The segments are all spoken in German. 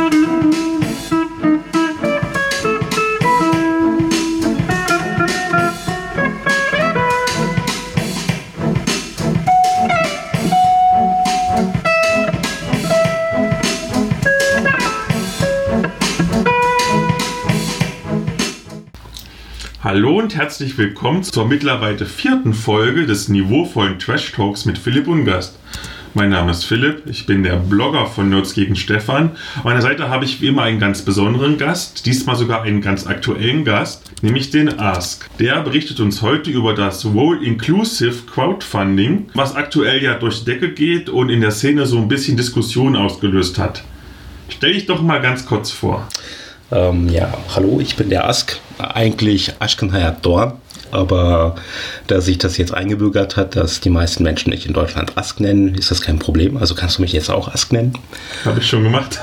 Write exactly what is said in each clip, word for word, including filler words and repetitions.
Hallo und herzlich willkommen zur mittlerweile vierten Folge des niveauvollen Trash Talks mit Philipp Ungast. Mein Name ist Philipp, ich bin der Blogger von Nerds gegen Stefan. Auf meiner Seite habe ich wie immer einen ganz besonderen Gast, diesmal sogar einen ganz aktuellen Gast, nämlich den Ask. Der berichtet uns heute über das Role Inclusive Crowdfunding, was aktuell ja durch die Decke geht und in der Szene so ein bisschen Diskussion ausgelöst hat. Stell dich doch mal ganz kurz vor. Ähm, ja, hallo, ich bin der Ask, eigentlich Ashkan Hayat Dor, aber da sich das jetzt eingebürgert hat, dass die meisten Menschen mich in Deutschland Ask nennen, ist das kein Problem, also kannst du mich jetzt auch Ask nennen. Habe ich schon gemacht.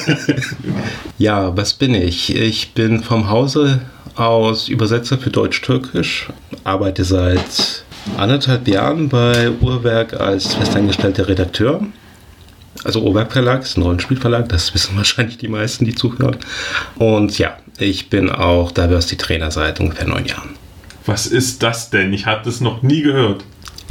Ja, was bin ich? Ich bin vom Hause aus Übersetzer für Deutsch-Türkisch, arbeite seit anderthalb Jahren bei Uhrwerk als festangestellter Redakteur. Also Uhrwerk Verlag ist ein Rollenspielverlag, das wissen wahrscheinlich die meisten, die zuhören. Und ja, ich bin auch Diversity-Trainer seit ungefähr neun Jahren. Was ist das denn? Ich habe das noch nie gehört.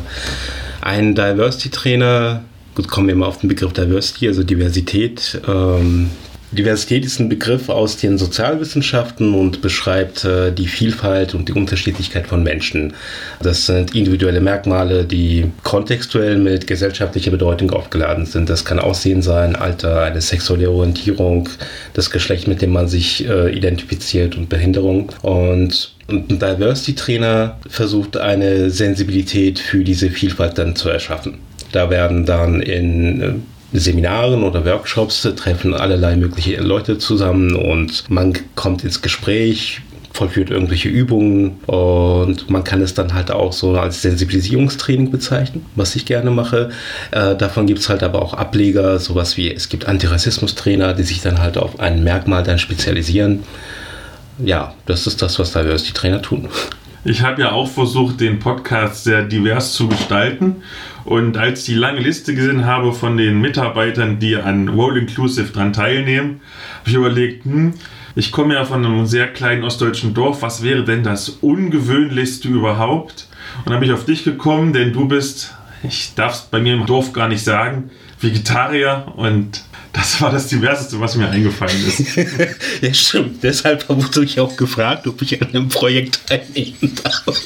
Ein Diversity-Trainer, gut, kommen wir mal auf den Begriff Diversity, also Diversität. Ähm, Diversität ist ein Begriff aus den Sozialwissenschaften und beschreibt äh, die Vielfalt und die Unterschiedlichkeit von Menschen. Das sind individuelle Merkmale, die kontextuell mit gesellschaftlicher Bedeutung aufgeladen sind. Das kann Aussehen sein, Alter, eine sexuelle Orientierung, das Geschlecht, mit dem man sich äh, identifiziert und Behinderung. Und, und ein Diversity-Trainer versucht eine Sensibilität für diese Vielfalt dann zu erschaffen. Da werden dann in äh, Seminaren oder Workshops treffen allerlei mögliche Leute zusammen und man kommt ins Gespräch, vollführt irgendwelche Übungen und man kann es dann halt auch so als Sensibilisierungstraining bezeichnen, was ich gerne mache. Äh, davon gibt es halt aber auch Ableger, sowas wie es gibt Antirassismus-Trainer, die sich dann halt auf ein Merkmal dann spezialisieren. Ja, das ist das, was Diversity-Trainer tun. Ich habe ja auch versucht, den Podcast sehr divers zu gestalten. Und als ich die lange Liste gesehen habe von den Mitarbeitern, die an Role Inclusive dran teilnehmen, habe ich überlegt, hm, ich komme ja von einem sehr kleinen ostdeutschen Dorf, was wäre denn das Ungewöhnlichste überhaupt? Und dann bin ich auf dich gekommen, denn du bist, ich darf es bei mir im Dorf gar nicht sagen, Vegetarier, und das war das Diverseste, was mir eingefallen ist. Ja, stimmt. Deshalb habe ich auch gefragt, ob ich an einem Projekt teilnehmen darf.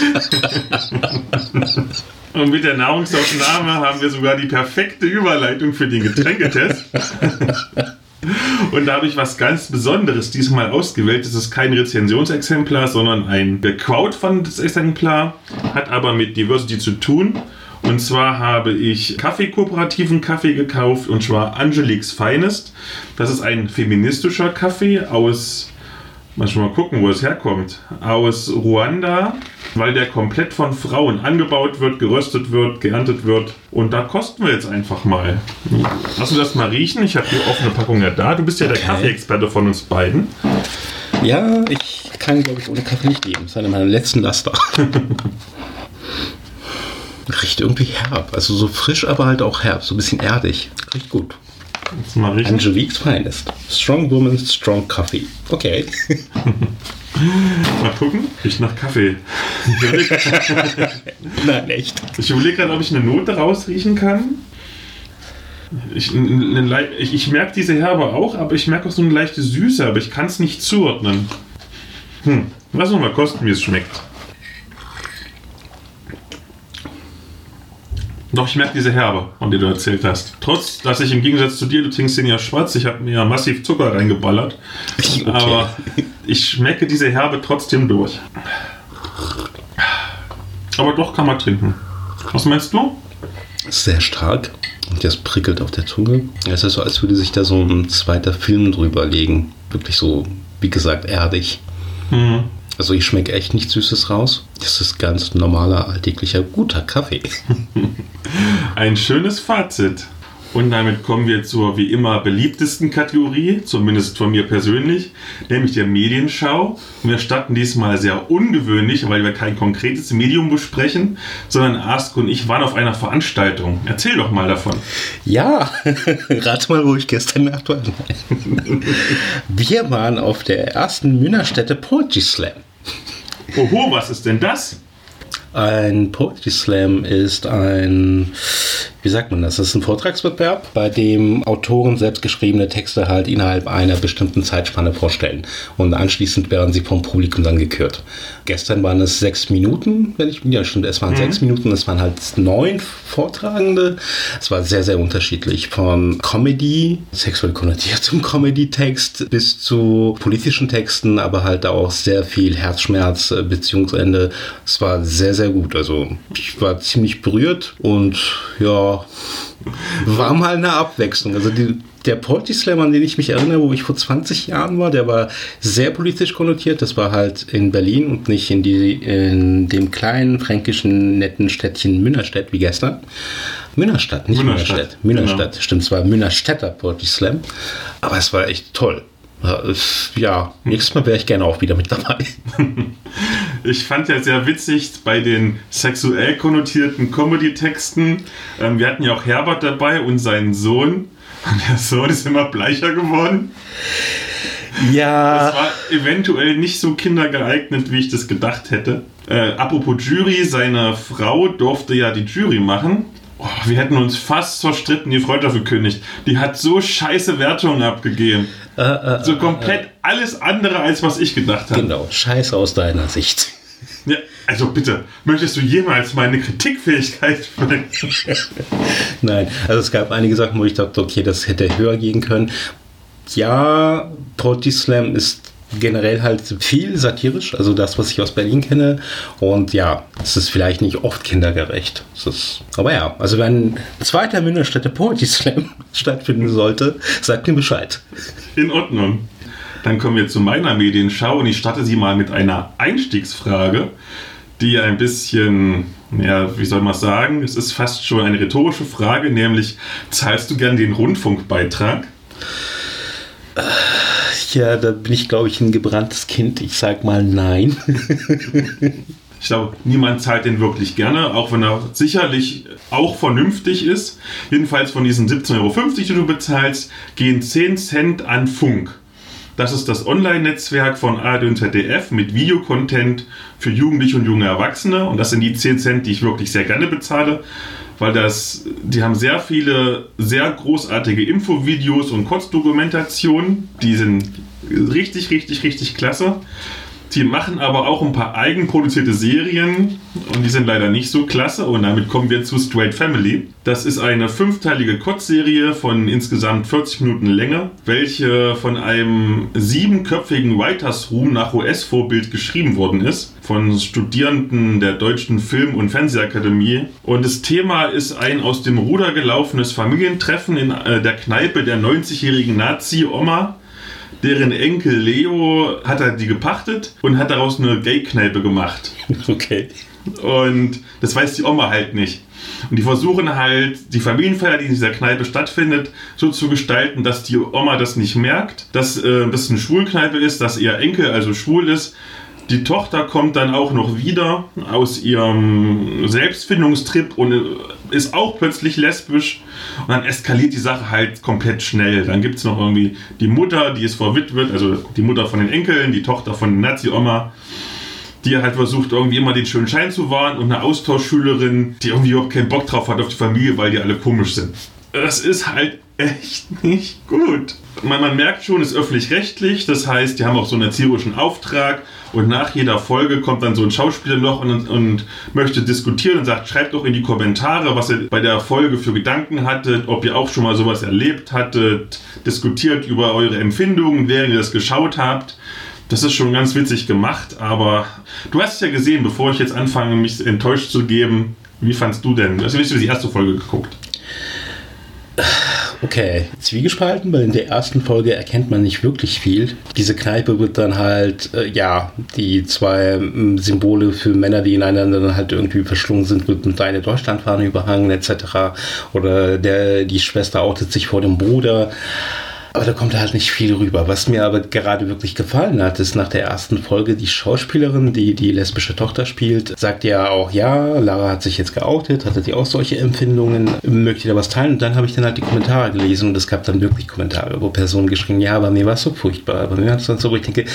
Und mit der Nahrungsaufnahme haben wir sogar die perfekte Überleitung für den Getränketest. Und da habe ich was ganz Besonderes diesmal ausgewählt. Es ist kein Rezensionsexemplar, sondern ein gecrowdfundetes Exemplar, hat aber mit Diversity zu tun. Und zwar habe ich Kaffee-kooperativen Kaffee gekauft, und zwar Angelique's Finest. Das ist ein feministischer Kaffee aus, mal schon mal gucken, wo es herkommt, aus Ruanda, weil der komplett von Frauen angebaut wird, geröstet wird, geerntet wird. Und da kosten wir jetzt einfach mal. Lass uns das mal riechen. Ich habe die offene Packung ja da. Du bist ja der okay. Kaffee-Experte von uns beiden. Ja, ich kann, glaube ich, ohne Kaffee nicht leben. Das ist eine meiner letzten Laster. Riecht irgendwie herb. Also so frisch, aber halt auch herb. So ein bisschen erdig. Riecht gut. Jetzt mal riechen. Angelique's Finest. Strong Woman, Strong Coffee. Okay. Mal gucken. Riecht nach Kaffee. Nein, echt. Ich überlege gerade, ob ich eine Note rausriechen kann. Ich, eine, ich, ich merke diese Herbe auch, aber ich merke auch so eine leichte Süße, aber ich kann es nicht zuordnen. Hm. Lass uns mal kosten, wie es schmeckt. Doch, ich merke diese Herbe, von der du erzählt hast. Trotz, dass ich im Gegensatz zu dir, du trinkst den ja schwarz, ich habe mir ja massiv Zucker reingeballert. Okay. Aber ich schmecke diese Herbe trotzdem durch. Aber doch kann man trinken. Was meinst du? Sehr stark. Und das prickelt auf der Zunge. Es ist so, als würde sich da so ein zweiter Film drüber legen. Wirklich so, wie gesagt, erdig. Mhm. Also ich schmecke echt nichts Süßes raus. Das ist ganz normaler, alltäglicher, guter Kaffee. Ein schönes Fazit. Und damit kommen wir zur wie immer beliebtesten Kategorie, zumindest von mir persönlich, nämlich der Medienschau. Und wir starten diesmal sehr ungewöhnlich, weil wir kein konkretes Medium besprechen, sondern Ask und ich waren auf einer Veranstaltung. Erzähl doch mal davon. Ja, rate mal, wo ich gestern Nacht war. Wir waren auf der ersten Münnerstädter Poetry Slam. Oho, was ist denn das? Ein Poetry Slam ist ein, wie sagt man das? Das ist ein Vortragswettbewerb, bei dem Autoren selbstgeschriebene Texte halt innerhalb einer bestimmten Zeitspanne vorstellen. Und anschließend werden sie vom Publikum dann gekürt. Gestern waren es sechs Minuten, wenn ich, ja stimmt, es waren mhm. sechs Minuten, es waren halt neun Vortragende. Es war sehr, sehr unterschiedlich. Von Comedy, sexuell konnotiertem Comedy-Text bis zu politischen Texten, aber halt auch sehr viel Herzschmerz, Beziehungsende. Es war sehr, sehr gut. Also ich war ziemlich berührt und ja, war mal eine Abwechslung. Also die, der Poetry Slam, an den ich mich erinnere, wo ich vor zwanzig Jahren war, der war sehr politisch konnotiert. Das war halt in Berlin und nicht in, die, in dem kleinen fränkischen, netten Städtchen Münnerstedt wie gestern. Münnerstadt, nicht Münnerstedt. Münnerstadt, Münnerstadt. Genau. Stimmt, es war Münnerstädter Poetry Slam. Aber es war echt toll. Ja, nächstes Mal wäre ich gerne auch wieder mit dabei. Ich fand ja sehr witzig bei den sexuell konnotierten Comedy-Texten. Ähm, wir hatten ja auch Herbert dabei und seinen Sohn. Und der Sohn ist immer bleicher geworden. Ja. Das war eventuell nicht so kindergeeignet, wie ich das gedacht hätte. Äh, apropos Jury, seine Frau durfte ja die Jury machen. Oh, wir hätten uns fast zerstritten, die Freundschaft gekündigt. Die hat so scheiße Wertungen abgegeben. Äh, äh, so komplett äh, alles andere, als was ich gedacht habe. Genau, scheiße aus deiner Sicht. Ja, also bitte, möchtest du jemals meine Kritikfähigkeit verlieren? Nein, also es gab einige Sachen, wo ich dachte, okay, das hätte höher gehen können. Ja, Poetry Slam ist generell halt viel satirisch, also das, was ich aus Berlin kenne. Und ja, es ist vielleicht nicht oft kindergerecht. Es ist, aber ja, also wenn ein zweiter Münnerstädter Poetry Slam stattfinden sollte, sagt mir Bescheid. In Ordnung. Dann kommen wir zu meiner Medienschau und ich starte sie mal mit einer Einstiegsfrage, die ein bisschen, ja, wie soll man sagen, es ist fast schon eine rhetorische Frage, nämlich, zahlst du gern den Rundfunkbeitrag? Ja, da bin ich, glaube ich, ein gebranntes Kind. Ich sag mal nein. Ich glaube, niemand zahlt den wirklich gerne, auch wenn er sicherlich auch vernünftig ist. Jedenfalls von diesen siebzehn Euro fünfzig, die du bezahlst, gehen zehn Cent an Funk. Das ist das Online-Netzwerk von A R D und Z D F mit Videocontent für Jugendliche und junge Erwachsene. Und das sind die zehn Cent, die ich wirklich sehr gerne bezahle, weil das, die haben sehr viele, sehr großartige Infovideos und Kurzdokumentationen. Die sind richtig, richtig, richtig klasse. Die machen aber auch ein paar eigenproduzierte Serien und die sind leider nicht so klasse. Und damit kommen wir zu Straight Family. Das ist eine fünfteilige Kurzserie von insgesamt vierzig Minuten Länge, welche von einem siebenköpfigen Writers Room nach U S-Vorbild geschrieben worden ist, von Studierenden der Deutschen Film- und Fernsehakademie. Und das Thema ist ein aus dem Ruder gelaufenes Familientreffen in der Kneipe der neunzigjährigen Nazi-Oma. Deren Enkel Leo hat er die gepachtet und hat daraus eine Gay-Kneipe gemacht. Okay. Und das weiß die Oma halt nicht. Und die versuchen halt, die Familienfeier, die in dieser Kneipe stattfindet, so zu gestalten, dass die Oma das nicht merkt, dass äh, das eine Schwulkneipe ist, dass ihr Enkel also schwul ist. Die Tochter kommt dann auch noch wieder aus ihrem Selbstfindungstrip und ist auch plötzlich lesbisch. Und dann eskaliert die Sache halt komplett schnell. Dann gibt es noch irgendwie die Mutter, die ist verwitwet, also die Mutter von den Enkeln, die Tochter von der Nazi-Oma, die halt versucht, irgendwie immer den schönen Schein zu wahren, und eine Austauschschülerin, die irgendwie überhaupt keinen Bock drauf hat auf die Familie, weil die alle komisch sind. Das ist halt echt nicht gut. Man, man merkt schon, es ist öffentlich-rechtlich, das heißt, die haben auch so einen erzieherischen Auftrag, und nach jeder Folge kommt dann so ein Schauspieler noch und, und möchte diskutieren und sagt, schreibt doch in die Kommentare, was ihr bei der Folge für Gedanken hattet, ob ihr auch schon mal sowas erlebt hattet, diskutiert über eure Empfindungen, während ihr das geschaut habt. Das ist schon ganz witzig gemacht, aber du hast es ja gesehen, bevor ich jetzt anfange, mich enttäuscht zu geben. Wie fandst du denn? Also, hast du die erste Folge geguckt? Okay, zwiegespalten, weil in der ersten Folge erkennt man nicht wirklich viel. Diese Kneipe wird dann halt, äh, ja, die zwei äh, Symbole für Männer, die ineinander dann halt irgendwie verschlungen sind, wird mit einer Deutschlandfahne überhangen et cetera. Oder der, die Schwester outet sich vor dem Bruder. Aber da kommt halt nicht viel rüber. Was mir aber gerade wirklich gefallen hat, ist nach der ersten Folge die Schauspielerin, die die lesbische Tochter spielt, sagt ja auch, ja, Lara hat sich jetzt geoutet, hatte die auch solche Empfindungen, möchte da was teilen? Und dann habe ich dann halt die Kommentare gelesen und es gab dann wirklich Kommentare, wo Personen geschrieben, ja, aber mir war es so furchtbar, aber mir war es dann so, wo ich denke,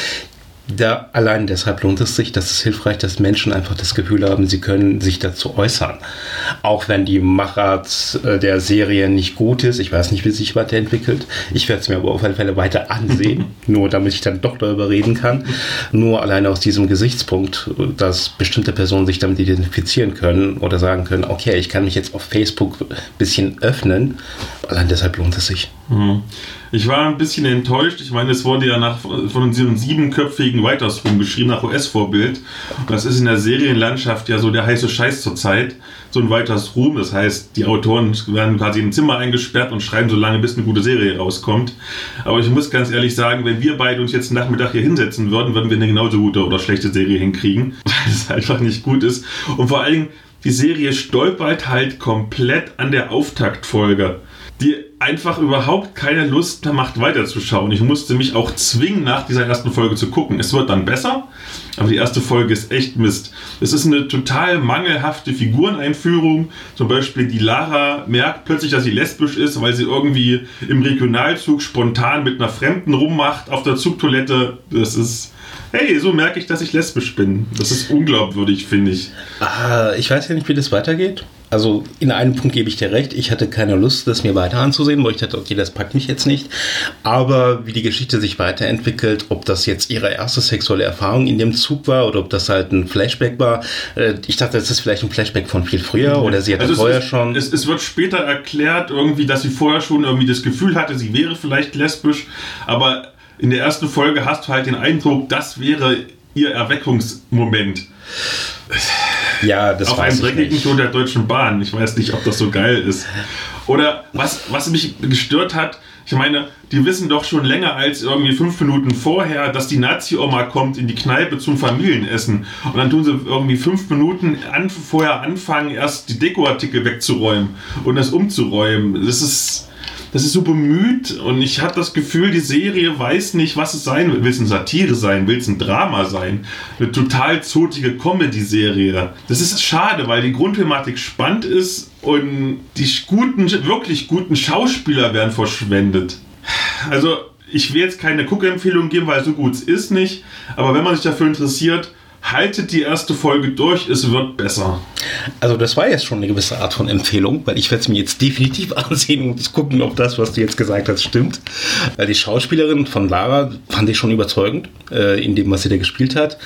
da allein deshalb lohnt es sich, dass es hilfreich, dass Menschen einfach das Gefühl haben, sie können sich dazu äußern. Auch wenn die Machart der Serie nicht gut ist, ich weiß nicht, wie sie sich weiterentwickelt. Ich werde es mir aber auf alle Fälle weiter ansehen, nur damit ich dann doch darüber reden kann. Nur allein aus diesem Gesichtspunkt, dass bestimmte Personen sich damit identifizieren können oder sagen können, okay, ich kann mich jetzt auf Facebook ein bisschen öffnen. Allein deshalb lohnt es sich. Mhm. Ich war ein bisschen enttäuscht. Ich meine, es wurde ja nach, von diesem siebenköpfigen Writers Room geschrieben, nach U S-Vorbild. Und das ist in der Serienlandschaft ja so der heiße Scheiß zurzeit. So ein Writers Room, das heißt, die Autoren werden quasi im Zimmer eingesperrt und schreiben so lange, bis eine gute Serie rauskommt. Aber ich muss ganz ehrlich sagen, wenn wir beide uns jetzt einen Nachmittag hier hinsetzen würden, würden wir eine genauso gute oder schlechte Serie hinkriegen, weil es einfach nicht gut ist. Und vor allen Dingen, die Serie stolpert halt komplett an der Auftaktfolge, die einfach überhaupt keine Lust mehr macht, weiterzuschauen. Ich musste mich auch zwingen, nach dieser ersten Folge zu gucken. Es wird dann besser, aber die erste Folge ist echt Mist. Es ist eine total mangelhafte Figureneinführung. Zum Beispiel die Lara merkt plötzlich, dass sie lesbisch ist, weil sie irgendwie im Regionalzug spontan mit einer Fremden rummacht auf der Zugtoilette. Das ist... Hey, so merke ich, dass ich lesbisch bin. Das ist unglaubwürdig, finde ich. Ah, ich weiß ja nicht, wie das weitergeht. Also in einem Punkt gebe ich dir recht. Ich hatte keine Lust, das mir weiter anzusehen, weil ich dachte, okay, das packt mich jetzt nicht. Aber wie die Geschichte sich weiterentwickelt, ob das jetzt ihre erste sexuelle Erfahrung in dem Zug war oder ob das halt ein Flashback war. Ich dachte, das ist vielleicht ein Flashback von viel früher oder sie hatte also vorher ist, schon... Es, es wird später erklärt, irgendwie, dass sie vorher schon irgendwie das Gefühl hatte, sie wäre vielleicht lesbisch, aber... In der ersten Folge hast du halt den Eindruck, das wäre ihr Erweckungsmoment. Ja, das auf weiß einem ich dreckigen nicht. Tour der Deutschen Bahn. Ich weiß nicht, ob das so geil ist. Oder was, was mich gestört hat, ich meine, die wissen doch schon länger als irgendwie fünf Minuten vorher, dass die Nazi-Oma kommt in die Kneipe zum Familienessen. Und dann tun sie irgendwie fünf Minuten an, vorher anfangen, erst die Dekoartikel wegzuräumen und das umzuräumen. Das ist... Das ist so bemüht und ich habe das Gefühl, die Serie weiß nicht, was es sein will. Will es eine Satire sein? Will es ein Drama sein? Eine total zotige Comedy-Serie. Das ist schade, weil die Grundthematik spannend ist und die guten, wirklich guten Schauspieler werden verschwendet. Also ich will jetzt keine Guckempfehlung geben, weil so gut es ist nicht. Aber wenn man sich dafür interessiert, haltet die erste Folge durch, es wird besser. Also das war jetzt schon eine gewisse Art von Empfehlung, weil ich werde es mir jetzt definitiv ansehen und gucken, ob das, was du jetzt gesagt hast, stimmt. Weil die Schauspielerin von Lara fand ich schon überzeugend, äh, in dem, was sie da gespielt hat.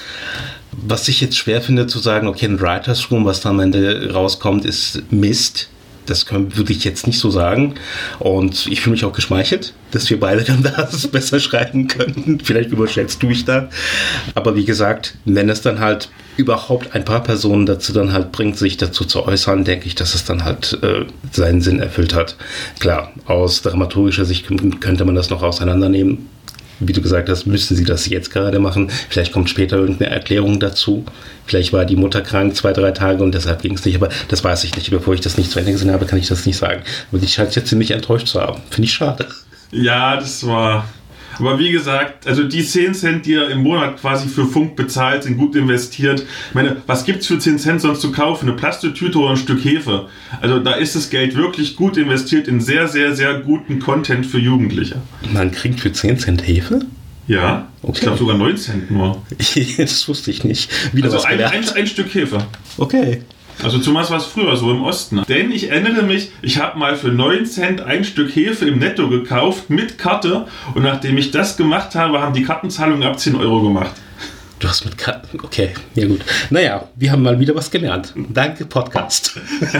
Was ich jetzt schwer finde zu sagen, okay, ein Writers Room, was da am Ende rauskommt, ist Mist. Das können, würde ich jetzt nicht so sagen. Und ich fühle mich auch geschmeichelt, dass wir beide dann das besser schreiben könnten. Vielleicht überschätzt du mich da. Aber wie gesagt, wenn es dann halt überhaupt ein paar Personen dazu dann halt bringt, sich dazu zu äußern, denke ich, dass es dann halt äh, seinen Sinn erfüllt hat. Klar, aus dramaturgischer Sicht könnte man das noch auseinandernehmen. Wie du gesagt hast, müssen sie das jetzt gerade machen. Vielleicht kommt später irgendeine Erklärung dazu. Vielleicht war die Mutter krank zwei, drei Tage und deshalb ging es nicht. Aber das weiß ich nicht. Bevor ich das nicht zu Ende gesehen habe, kann ich das nicht sagen. Aber die scheint jetzt ziemlich enttäuscht zu haben. Finde ich schade. Ja, das war... Aber wie gesagt, also die zehn Cent, die ihr im Monat quasi für Funk bezahlt, sind gut investiert. Ich meine, was gibt's für zehn Cent sonst zu kaufen? Eine Plastiktüte oder ein Stück Hefe? Also da ist das Geld wirklich gut investiert in sehr, sehr, sehr guten Content für Jugendliche. Man kriegt für zehn Cent Hefe? Ja, okay. Ich glaube sogar neun Cent nur. Das wusste ich nicht. Wieder also was ein, gelernt. ein, ein Stück Hefe. Okay. Also zumeist war es früher so im Osten. Denn ich erinnere mich, ich habe mal für neun Cent ein Stück Hefe im Netto gekauft mit Karte und nachdem ich das gemacht habe, haben die Kartenzahlungen ab zehn Euro gemacht. Du hast mit Karten... Okay, ja gut. Naja, wir haben mal wieder was gelernt. Danke, Podcast.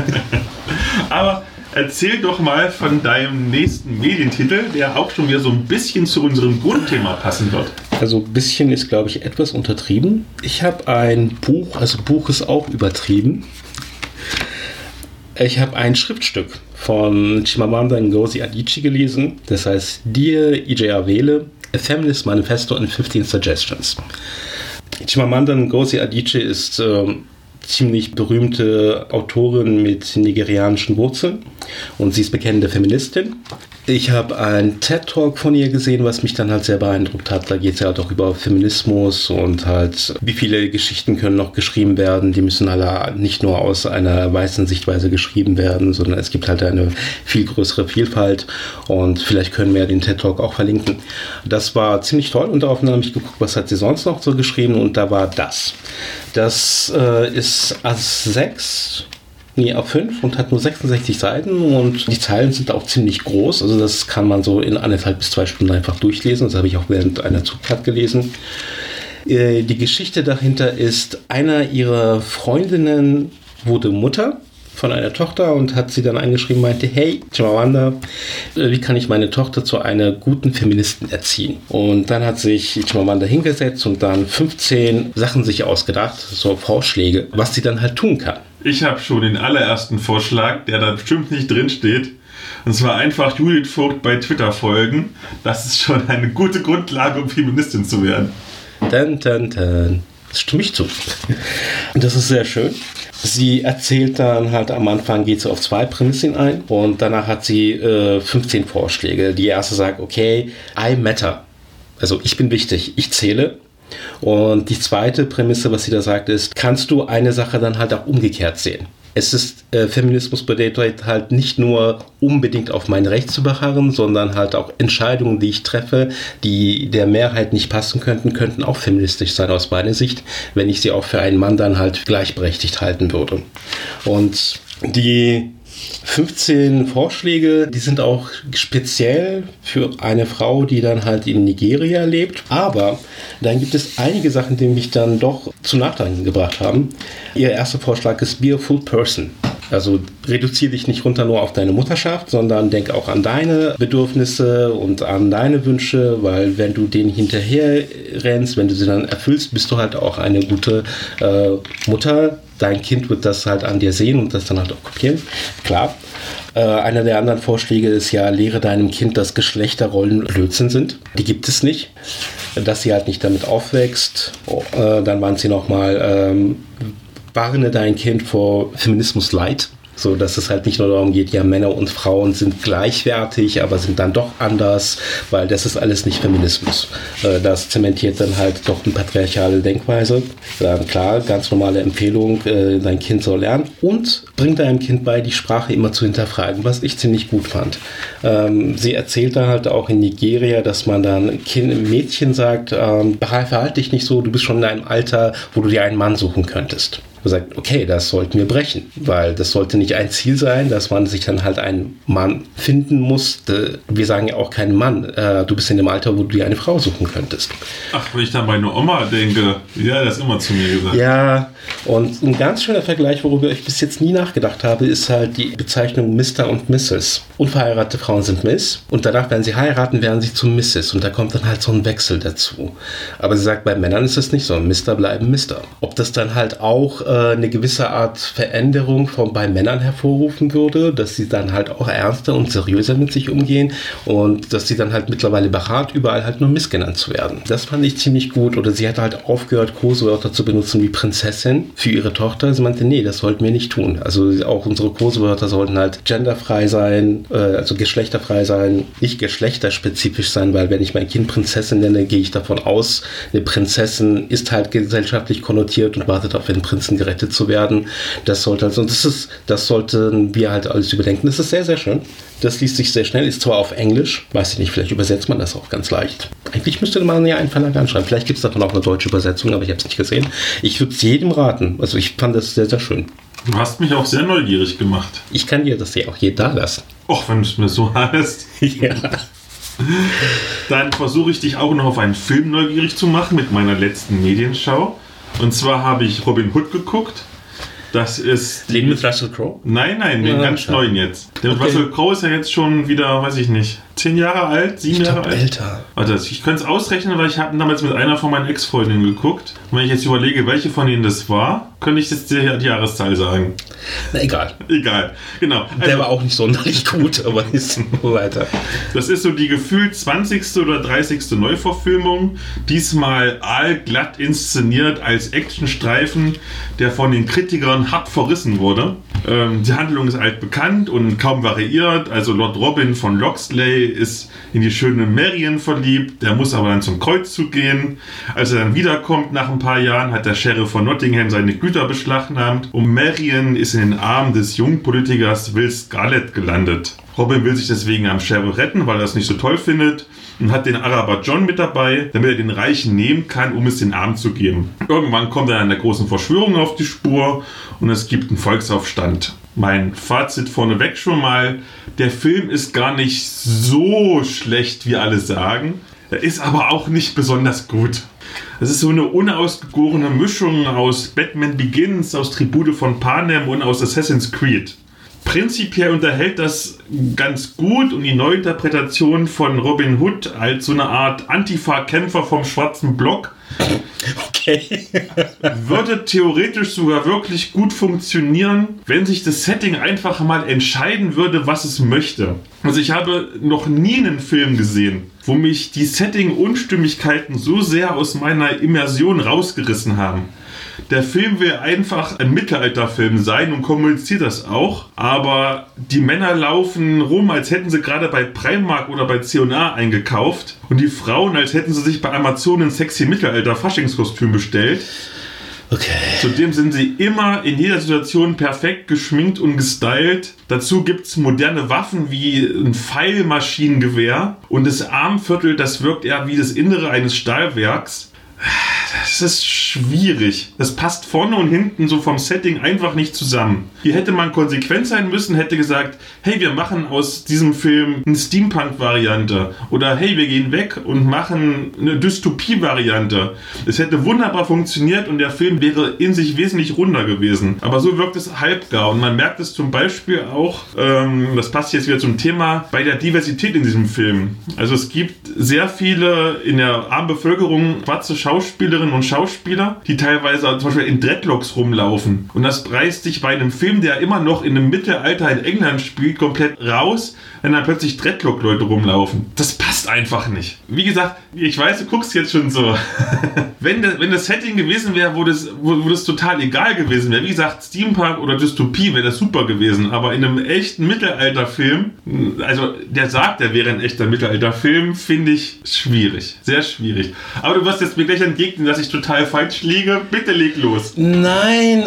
Aber erzähl doch mal von deinem nächsten Medientitel, der auch schon wieder so ein bisschen zu unserem Grundthema passen wird. Also ein bisschen ist, glaube ich, etwas untertrieben. Ich habe ein Buch, also Buch ist auch übertrieben. Ich habe ein Schriftstück von Chimamanda Ngozi Adichie gelesen. Das heißt Dear E J Awele, A Feminist Manifesto and fifteen Suggestions. Chimamanda Ngozi Adichie ist äh, ziemlich berühmte Autorin mit nigerianischen Wurzeln und sie ist bekennende Feministin. Ich habe einen TED-Talk von ihr gesehen, was mich dann halt sehr beeindruckt hat. Da geht es ja halt auch über Feminismus und halt, wie viele Geschichten können noch geschrieben werden. Die müssen alle nicht nur aus einer weißen Sichtweise geschrieben werden, sondern es gibt halt eine viel größere Vielfalt und vielleicht können wir den TED-Talk auch verlinken. Das war ziemlich toll und daraufhin habe ich geguckt, was hat sie sonst noch so geschrieben und da war das. Das äh, ist A sechs... Nee, A fünf und hat nur sechsundsechzig Seiten und die Zeilen sind auch ziemlich groß. Also das kann man so in anderthalb bis zwei Stunden einfach durchlesen. Das habe ich auch während einer Zugfahrt gelesen. Äh, die Geschichte dahinter ist, einer ihrer Freundinnen wurde Mutter von einer Tochter und hat sie dann angeschrieben, meinte, hey, Chimamanda, wie kann ich meine Tochter zu einer guten Feministin erziehen? Und dann hat sich Chimamanda hingesetzt und dann fünfzehn Sachen sich ausgedacht, so Vorschläge, was sie dann halt tun kann. Ich habe schon den allerersten Vorschlag, der da bestimmt nicht drin steht. Und zwar einfach Judith Vogt bei Twitter folgen. Das ist schon eine gute Grundlage, um Feministin zu werden. Dun, dun, dun. Das stimme ich zu. Und das ist sehr schön. Sie erzählt dann halt am Anfang, geht sie auf zwei Prämissen ein und danach hat sie äh, fünfzehn Vorschläge. Die erste sagt, okay, I matter. Also ich bin wichtig, ich zähle. Und die zweite Prämisse, was sie da sagt, ist, kannst du eine Sache dann halt auch umgekehrt sehen? Es ist, äh, Feminismus bedeutet halt nicht nur unbedingt auf mein Recht zu beharren, sondern halt auch Entscheidungen, die ich treffe, die der Mehrheit nicht passen könnten, könnten auch feministisch sein aus meiner Sicht, wenn ich sie auch für einen Mann dann halt gleichberechtigt halten würde. Und die fünfzehn Vorschläge, die sind auch speziell für eine Frau, die dann halt in Nigeria lebt. Aber dann gibt es einige Sachen, die mich dann doch zu Nachdenken gebracht haben. Ihr erster Vorschlag ist Be a Full Person. Also reduziere dich nicht runter nur auf deine Mutterschaft, sondern denk auch an deine Bedürfnisse und an deine Wünsche, weil wenn du denen hinterher rennst, wenn du sie dann erfüllst, bist du halt auch eine gute äh, Mutter. Dein Kind wird das halt an dir sehen und das dann halt auch kopieren. Klar. Äh, einer der anderen Vorschläge ist ja, lehre deinem Kind, dass Geschlechterrollen Blödsinn sind. Die gibt es nicht. Dass sie halt nicht damit aufwächst. Oh, äh, dann waren sie nochmal, ähm, warne dein Kind vor Feminismus Light. So, dass es halt nicht nur darum geht, ja, Männer und Frauen sind gleichwertig, aber sind dann doch anders, weil das ist alles nicht Feminismus. Das zementiert dann halt doch eine patriarchale Denkweise. Dann klar, ganz normale Empfehlung, dein Kind soll lernen und bring deinem Kind bei, die Sprache immer zu hinterfragen, was ich ziemlich gut fand. Sie erzählt dann halt auch in Nigeria, dass man dann kind, Mädchen sagt, verhalte dich nicht so, du bist schon in einem Alter, wo du dir einen Mann suchen könntest. Und sagt, okay, das sollten wir brechen, weil das sollte nicht ein Ziel sein, dass man sich dann halt einen Mann finden muss. Wir sagen ja auch keinen Mann, du bist in dem Alter, wo du dir eine Frau suchen könntest. Ach, wenn ich dann bei einer Oma denke, ja, das immer zu mir gesagt. Ja, und ein ganz schöner Vergleich, worüber ich bis jetzt nie nachgedacht habe, ist halt die Bezeichnung Mister und Misses Unverheiratete Frauen sind Miss und danach, wenn sie heiraten, werden sie zu Misses und da kommt dann halt so ein Wechsel dazu. Aber sie sagt, bei Männern ist es nicht so, Mister bleiben Mister. Ob das dann halt auch eine gewisse Art Veränderung von bei Männern hervorrufen würde, dass sie dann halt auch ernster und seriöser mit sich umgehen und dass sie dann halt mittlerweile beharrt, überall halt nur Miss genannt zu werden. Das fand ich ziemlich gut. Oder sie hat halt aufgehört, Codewörter zu benutzen wie Prinzessin für ihre Tochter. Sie meinte, nee, das sollten wir nicht tun. Also auch unsere Codewörter sollten halt genderfrei sein, äh, also geschlechterfrei sein, nicht geschlechterspezifisch sein, weil wenn ich mein Kind Prinzessin nenne, gehe ich davon aus, eine Prinzessin ist halt gesellschaftlich konnotiert und wartet auf den Prinzen gerettet zu werden. Das sollte also, das ist, das sollten wir halt alles überdenken. Das ist sehr, sehr schön. Das liest sich sehr schnell, ist zwar auf Englisch, weiß ich nicht, vielleicht übersetzt man das auch ganz leicht. Eigentlich müsste man ja einen Verlag anschreiben. Vielleicht gibt es davon auch eine deutsche Übersetzung, aber ich habe es nicht gesehen. Ich würde es jedem raten. Also ich fand das sehr, sehr schön. Du hast mich auch sehr neugierig gemacht. Ich kann dir das ja auch hier da lassen. Och, wenn du es mir so heißt. Ja. Dann versuche ich dich auch noch auf einen Film neugierig zu machen mit meiner letzten Medienschau. Und zwar habe ich Robin Hood geguckt. Das ist... Leben mit Russell Crowe? Nein, nein, den ja, ganz klar. neuen jetzt. Der mit okay. Russell Crowe ist ja jetzt schon wieder, weiß ich nicht, Zehn Jahre alt? Sieben ich Jahre glaub, alt? älter. Also ich könnte es ausrechnen, weil ich habe damals mit einer von meinen Ex-Freundinnen geguckt. Und wenn ich jetzt überlege, welche von ihnen das war, könnte ich jetzt die, die Jahreszahl sagen. Na egal. Egal, genau. Der also, war auch nicht sonderlich gut, aber ist so weiter. Das ist so die gefühlt zwanzigste oder dreißigste Neuverfilmung. Diesmal aalglatt inszeniert als Actionstreifen, der von den Kritikern hart verrissen wurde. Ähm, die Handlung ist altbekannt und kaum variiert. Also Lord Robin von Locksley ist in die schöne Marion verliebt. Der muss aber dann zum Kreuzzug gehen. Als er dann wiederkommt nach ein paar Jahren, hat der Sheriff von Nottingham seine Güter beschlagnahmt. Und Marion ist in den Armen des Jungpolitikers Will Scarlet gelandet. Robin will sich deswegen am Sheriff retten, weil er das nicht so toll findet. Und hat den Araber John mit dabei, damit er den Reichen nehmen kann, um es den Armen zu geben. Irgendwann kommt er an der großen Verschwörung auf die Spur und es gibt einen Volksaufstand. Mein Fazit vorneweg schon mal, der Film ist gar nicht so schlecht, wie alle sagen. Er ist aber auch nicht besonders gut. Es ist so eine unausgegorene Mischung aus Batman Begins, aus Tribute von Panem und aus Assassin's Creed. Prinzipiell unterhält das ganz gut und die Neuinterpretation von Robin Hood als so eine Art Antifa-Kämpfer vom schwarzen Block Okay. würde theoretisch sogar wirklich gut funktionieren, wenn sich das Setting einfach mal entscheiden würde, was es möchte. Also ich habe noch nie einen Film gesehen, wo mich die Setting-Unstimmigkeiten so sehr aus meiner Immersion rausgerissen haben. Der Film will einfach ein Mittelalterfilm sein und kommuniziert das auch, aber die Männer laufen rum, als hätten sie gerade bei Primark oder bei C und A eingekauft und die Frauen, als hätten sie sich bei Amazon ein sexy Mittelalter-Faschingskostüm bestellt. Okay. Zudem sind sie immer in jeder Situation perfekt geschminkt und gestylt. Dazu gibt es moderne Waffen wie ein Pfeilmaschinengewehr und das Armviertel, das wirkt eher wie das Innere eines Stahlwerks. Das ist schwierig. Das passt vorne und hinten so vom Setting einfach nicht zusammen. Hier hätte man konsequent sein müssen, hätte gesagt, hey, wir machen aus diesem Film eine Steampunk-Variante. Oder hey, wir gehen weg und machen eine Dystopie-Variante. Es hätte wunderbar funktioniert und der Film wäre in sich wesentlich runder gewesen. Aber so wirkt es halbgar. Und man merkt es zum Beispiel auch, ähm, das passt jetzt wieder zum Thema, bei der Diversität in diesem Film. Also es gibt sehr viele in der armen Bevölkerung schwarze Schauspielerinnen und Schauspieler, die teilweise zum Beispiel in Dreadlocks rumlaufen. Und das preist sich bei einem Film, der immer noch in einem Mittelalter in England spielt, komplett raus, wenn dann plötzlich Dreadlock-Leute rumlaufen. Das passt einfach nicht. Wie gesagt, ich weiß, du guckst jetzt schon so. wenn, das, wenn das Setting gewesen wäre, wo das, wo, wo das total egal gewesen wäre, wie gesagt, Steampunk oder Dystopie, wäre das super gewesen. Aber in einem echten Mittelalterfilm, also der sagt, der wäre ein echter Mittelalterfilm, finde ich schwierig. Sehr schwierig. Aber du wirst jetzt mir gleich entgegnen, dass ich total falsch liege. Bitte leg los. Nein.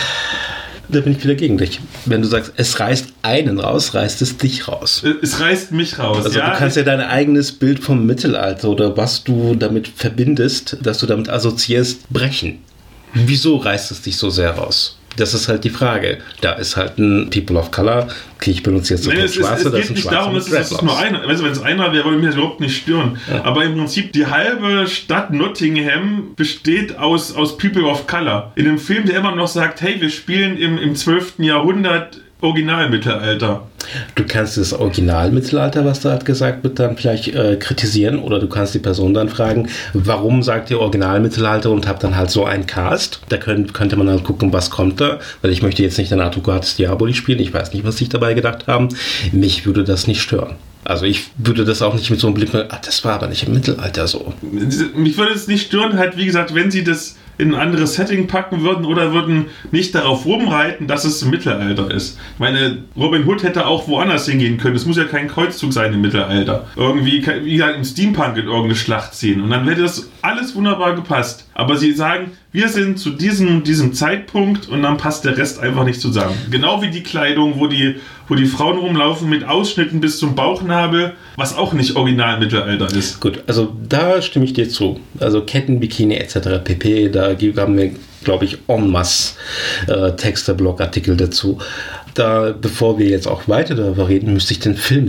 Da bin ich wieder gegen dich. Wenn du sagst, es reißt einen raus, reißt es dich raus. Es reißt mich raus, also ja. Du kannst ja dein eigenes Bild vom Mittelalter oder was du damit verbindest, dass du damit assoziierst, brechen. Wieso reißt es dich so sehr raus? Das ist halt die Frage. Da ist halt ein People of Color. Okay, ich benutze jetzt so nee, es, Schwarze. es, es das geht nicht darum, es ist, es ist nur einer. Also wenn es einer wäre, würde mich das überhaupt nicht stören. Ja. Aber im Prinzip die halbe Stadt Nottingham besteht aus, aus People of Color. In einem Film, der immer noch sagt, hey, wir spielen im, im zwölften Jahrhundert Originalmittelalter. Du kannst das Originalmittelalter, was da hat gesagt wird, dann vielleicht äh, kritisieren oder du kannst die Person dann fragen, warum sagt ihr Originalmittelalter und habt dann halt so einen Cast. Da könnt, könnte man halt gucken, was kommt da, weil ich möchte jetzt nicht den Advocatus Diaboli spielen, ich weiß nicht, was sie dabei gedacht haben. Mich würde das nicht stören. Also ich würde das auch nicht mit so einem Blick, ah, das war aber nicht im Mittelalter so. Mich würde es nicht stören, halt wie gesagt, wenn sie das in ein anderes Setting packen würden oder würden nicht darauf rumreiten, dass es im Mittelalter ist. Ich meine, Robin Hood hätte auch woanders hingehen können. Es muss ja kein Kreuzzug sein im Mittelalter. Irgendwie, wie halt im Steampunk in irgendeine Schlacht ziehen. Und dann hätte das alles wunderbar gepasst. Aber sie sagen, wir sind zu diesem, diesem Zeitpunkt und dann passt der Rest einfach nicht zusammen. Genau wie die Kleidung, wo die, wo die Frauen rumlaufen mit Ausschnitten bis zum Bauchnabel, was auch nicht original Mittelalter ist. Gut, also da stimme ich dir zu. Also Ketten, Bikini et cetera pp. Da haben wir, glaube ich, en masse äh, Texte, Blogartikel dazu. Da, bevor wir jetzt auch weiter darüber reden, müsste ich den Film sehen.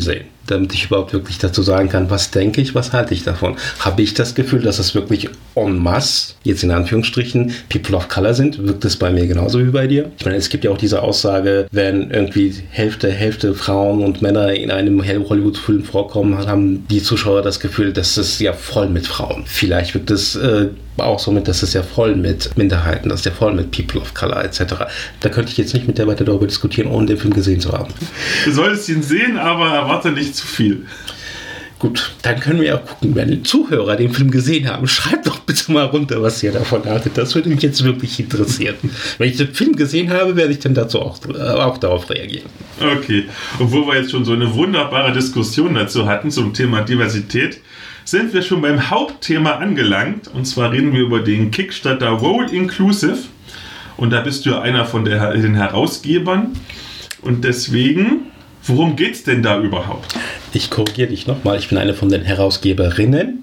damit ich überhaupt wirklich dazu sagen kann, was denke ich, was halte ich davon. Habe ich das Gefühl, dass es wirklich en masse, jetzt in Anführungsstrichen, People of Color sind? Wirkt es bei mir genauso wie bei dir? Ich meine, es gibt ja auch diese Aussage, wenn irgendwie Hälfte, Hälfte Frauen und Männer in einem Hollywood-Film vorkommen, haben die Zuschauer das Gefühl, dass es ja voll mit Frauen. Vielleicht wirkt es äh, auch so mit, dass es ja voll mit Minderheiten, dass der voll mit People of Color et cetera. Da könnte ich jetzt nicht mit der weiter darüber diskutieren, ohne den Film gesehen zu haben. Du solltest ihn sehen, aber erwarte nicht zu viel. Gut, dann können wir ja gucken, wenn die Zuhörer den Film gesehen haben, schreibt doch bitte mal runter, was ihr davon haltet. Das würde mich jetzt wirklich interessieren. Wenn ich den Film gesehen habe, werde ich dann dazu auch, äh, auch darauf reagieren. Okay, obwohl wir jetzt schon so eine wunderbare Diskussion dazu hatten zum Thema Diversität, sind wir schon beim Hauptthema angelangt. Und zwar reden wir über den Kickstarter Roll Inclusive. Und da bist du ja einer von der, den Herausgebern. Und deswegen, worum geht es denn da überhaupt? Ich korrigiere dich nochmal, ich bin eine von den Herausgeberinnen.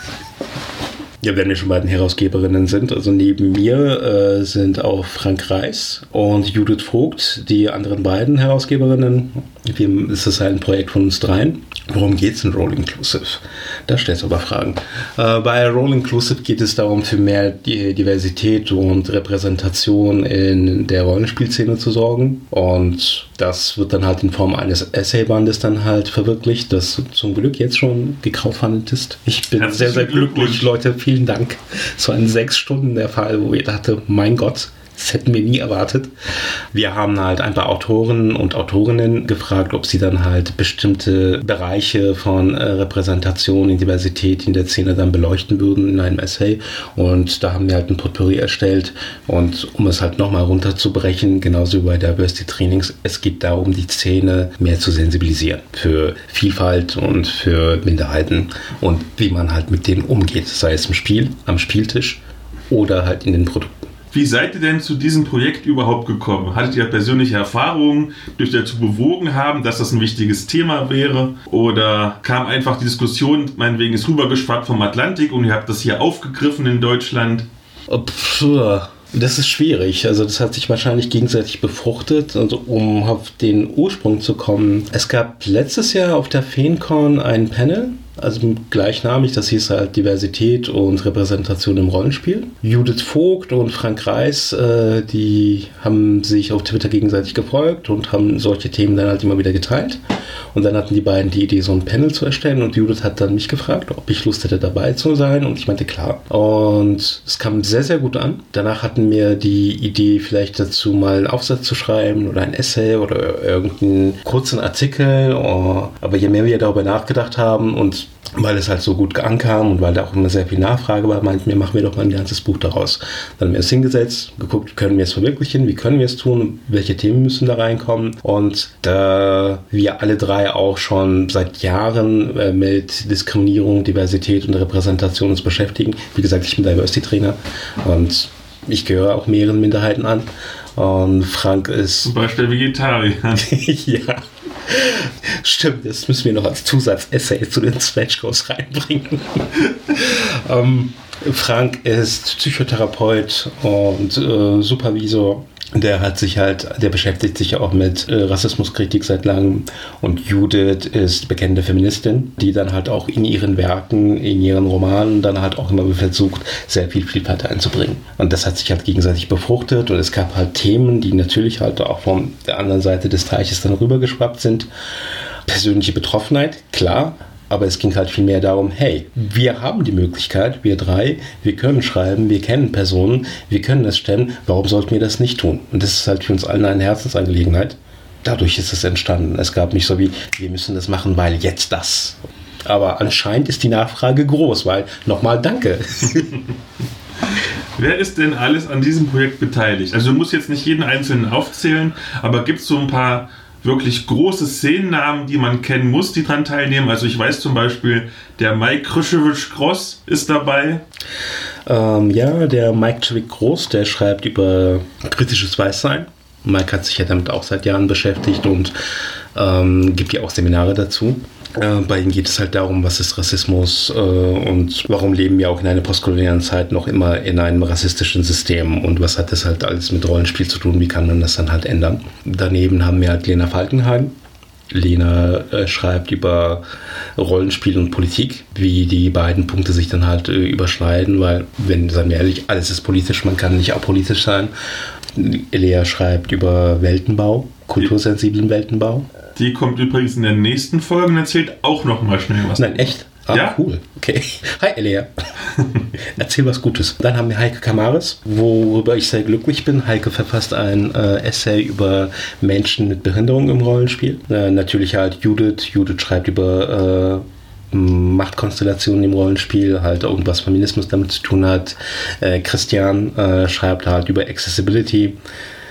Ja, wenn wir schon bei den Herausgeberinnen sind, also neben mir äh, sind auch Frank Reis und Judith Vogt, die anderen beiden Herausgeberinnen. Wir, es ist halt ein Projekt von uns dreien. Worum geht es in Roll Inclusive? Da stellst du aber Fragen. Äh, bei Roll Inclusive geht es darum, für mehr Diversität und Repräsentation in der Rollenspielszene zu sorgen. Und das wird dann halt in Form eines Essaybandes dann halt verwirklicht, das zum Glück jetzt schon gecrowdfundet ist. Ich bin sehr, sehr glücklich, Leute. Vielen Dank. So ein sechs Stunden der Fall, wo ich dachte, mein Gott, das hätten wir nie erwartet. Wir haben halt ein paar Autoren und Autorinnen gefragt, ob sie dann halt bestimmte Bereiche von äh, Repräsentation und Diversität in der Szene dann beleuchten würden in einem Essay. Und da haben wir halt ein Potpourri erstellt. Und um es halt nochmal runterzubrechen, genauso wie bei Diversity Trainings, es geht darum, die Szene mehr zu sensibilisieren für Vielfalt und für Minderheiten und wie man halt mit denen umgeht, sei es im Spiel, am Spieltisch oder halt in den Produkten. Wie seid ihr denn zu diesem Projekt überhaupt gekommen? Hattet ihr persönliche Erfahrungen, die euch dazu bewogen haben, dass das ein wichtiges Thema wäre? Oder kam einfach die Diskussion, meinetwegen ist rübergeschwappt vom Atlantik und ihr habt das hier aufgegriffen in Deutschland? Das ist schwierig. Also das hat sich wahrscheinlich gegenseitig befruchtet. Also um auf den Ursprung zu kommen. Es gab letztes Jahr auf der FeenCon ein Panel, also gleichnamig, das hieß halt Diversität und Repräsentation im Rollenspiel. Judith Vogt und Frank Reis, äh, die haben sich auf Twitter gegenseitig gefolgt und haben solche Themen dann halt immer wieder geteilt. Und dann hatten die beiden die Idee, so ein Panel zu erstellen und Judith hat dann mich gefragt, ob ich Lust hätte, dabei zu sein und ich meinte, klar. Und es kam sehr, sehr gut an. Danach hatten wir die Idee, vielleicht dazu mal einen Aufsatz zu schreiben oder ein Essay oder irgendeinen kurzen Artikel. Aber je mehr wir darüber nachgedacht haben und weil es halt so gut ankam und weil da auch immer sehr viel Nachfrage war, meinten wir, machen wir doch mal ein ganzes Buch daraus. Dann haben wir es hingesetzt, geguckt, können wir es verwirklichen, wie können wir es tun, welche Themen müssen da reinkommen. Und da wir alle drei auch schon seit Jahren äh, mit Diskriminierung, Diversität und Repräsentation uns beschäftigen. Wie gesagt, ich bin Diversity-Trainer und ich gehöre auch mehreren Minderheiten an. Und Frank ist... Zum Beispiel Vegetarier. Ja. Stimmt, das müssen wir noch als Zusatz-Essay zu den Smash-Goes reinbringen. ähm, Frank ist Psychotherapeut und äh, Supervisor. Der hat sich halt, der beschäftigt sich auch mit äh, Rassismuskritik seit langem. Und Judith ist bekennende Feministin, die dann halt auch in ihren Werken, in ihren Romanen dann halt auch immer versucht, sehr viel Vielfalt einzubringen. Und das hat sich halt gegenseitig befruchtet und es gab halt Themen, die natürlich halt auch von der anderen Seite des Teiches dann rübergeschwappt sind. Persönliche Betroffenheit, klar. Aber es ging halt viel mehr darum, hey, wir haben die Möglichkeit, wir drei, wir können schreiben, wir kennen Personen, wir können das stemmen, warum sollten wir das nicht tun? Und das ist halt für uns allen eine Herzensangelegenheit. Dadurch ist es entstanden. Es gab nicht so wie, wir müssen das machen, weil jetzt das. Aber anscheinend ist die Nachfrage groß, weil, nochmal danke. Wer ist denn alles an diesem Projekt beteiligt? Also du musst jetzt nicht jeden Einzelnen aufzählen, aber gibt es so ein paar wirklich große Szenennamen, die man kennen muss, die daran teilnehmen? Also ich weiß zum Beispiel, der Mike Krzyzewicz-Gross ist dabei. Ähm, ja, der Mike Krzyzewicz-Gross, der schreibt über kritisches Weißsein. Mike hat sich ja damit auch seit Jahren beschäftigt und ähm, gibt ja auch Seminare dazu. Äh, bei ihm geht es halt darum, was ist Rassismus äh, und warum leben wir auch in einer postkolonialen Zeit noch immer in einem rassistischen System und was hat das halt alles mit Rollenspiel zu tun, wie kann man das dann halt ändern. Daneben haben wir halt Lena Falkenhagen, Lena äh, schreibt über Rollenspiel und Politik, wie die beiden Punkte sich dann halt äh, überschneiden, weil, wenn, sagen wir ehrlich, alles ist politisch, man kann nicht apolitisch sein. Lea schreibt über Weltenbau, kultursensiblen Weltenbau. Die kommt übrigens in der nächsten Folge und erzählt auch noch mal schnell was. Nein, echt? Ah, ja? Cool. Okay. Hi, Elia. Erzähl was Gutes. Dann haben wir Heike Kamaris, worüber ich sehr glücklich bin. Heike verfasst ein äh, Essay über Menschen mit Behinderung im Rollenspiel. Äh, natürlich halt Judith. Judith schreibt über äh, Machtkonstellationen im Rollenspiel, halt irgendwas Feminismus damit zu tun hat. Äh, Christian äh, schreibt halt über Accessibility.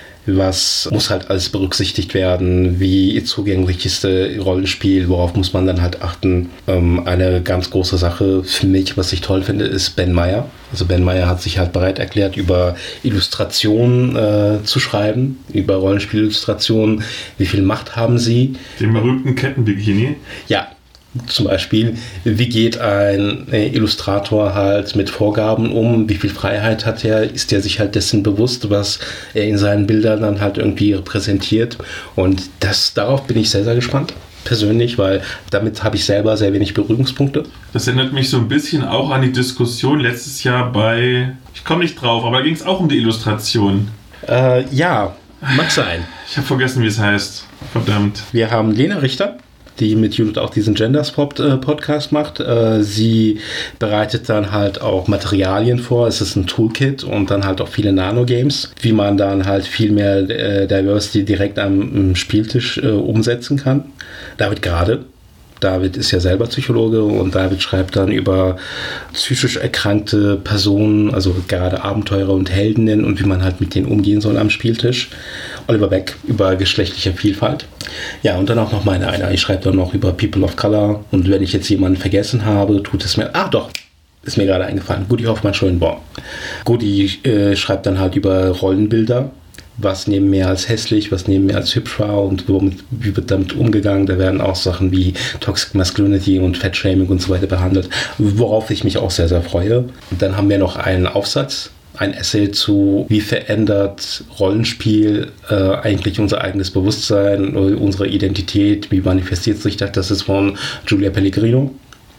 Was muss halt alles berücksichtigt werden? Wie zugänglich ist das Rollenspiel? Worauf muss man dann halt achten? Ähm, eine ganz große Sache für mich, was ich toll finde, ist Ben Meyer. Also Ben Meyer hat sich halt bereit erklärt, über Illustrationen äh, zu schreiben, über Rollenspielillustrationen. Wie viel Macht haben sie? Den berühmten Kettenbikini? Ja. Zum Beispiel, wie geht ein Illustrator halt mit Vorgaben um, wie viel Freiheit hat er, ist er sich halt dessen bewusst, was er in seinen Bildern dann halt irgendwie repräsentiert, und das, darauf bin ich sehr, sehr gespannt, persönlich, weil damit habe ich selber sehr wenig Berührungspunkte. Das erinnert mich so ein bisschen auch an die Diskussion letztes Jahr bei, ich komme nicht drauf, aber da ging es auch um die Illustration. Äh, ja, mag sein. Ich habe vergessen, wie es heißt, verdammt. Wir haben Lena Richter, die mit Judith auch diesen Genderspot-Podcast macht. Sie bereitet dann halt auch Materialien vor. Es ist ein Toolkit und dann halt auch viele Nanogames, wie man dann halt viel mehr Diversity direkt am Spieltisch umsetzen kann. David Grade. David ist ja selber Psychologe und David schreibt dann über psychisch erkrankte Personen, also gerade Abenteurer und Heldinnen, und wie man halt mit denen umgehen soll am Spieltisch. Oliver Beck über geschlechtliche Vielfalt. Ja, und dann auch noch meine eine. Ich schreibe dann noch über People of Color, und wenn ich jetzt jemanden vergessen habe, tut es mir... Ah, doch! Ist mir gerade eingefallen. Gudi Hoffmann-Schönborn. Gudi äh, schreibt dann halt über Rollenbilder. Was nehmen wir als hässlich, was nehmen wir als hübsch wahr und womit, wie wird damit umgegangen. Da werden auch Sachen wie Toxic Masculinity und Fat-Shaming und so weiter behandelt, worauf ich mich auch sehr, sehr freue. Und dann haben wir noch einen Aufsatz, ein Essay zu, wie verändert Rollenspiel äh, eigentlich unser eigenes Bewusstsein, unsere Identität, wie manifestiert sich das. Das ist von Julia Pellegrino,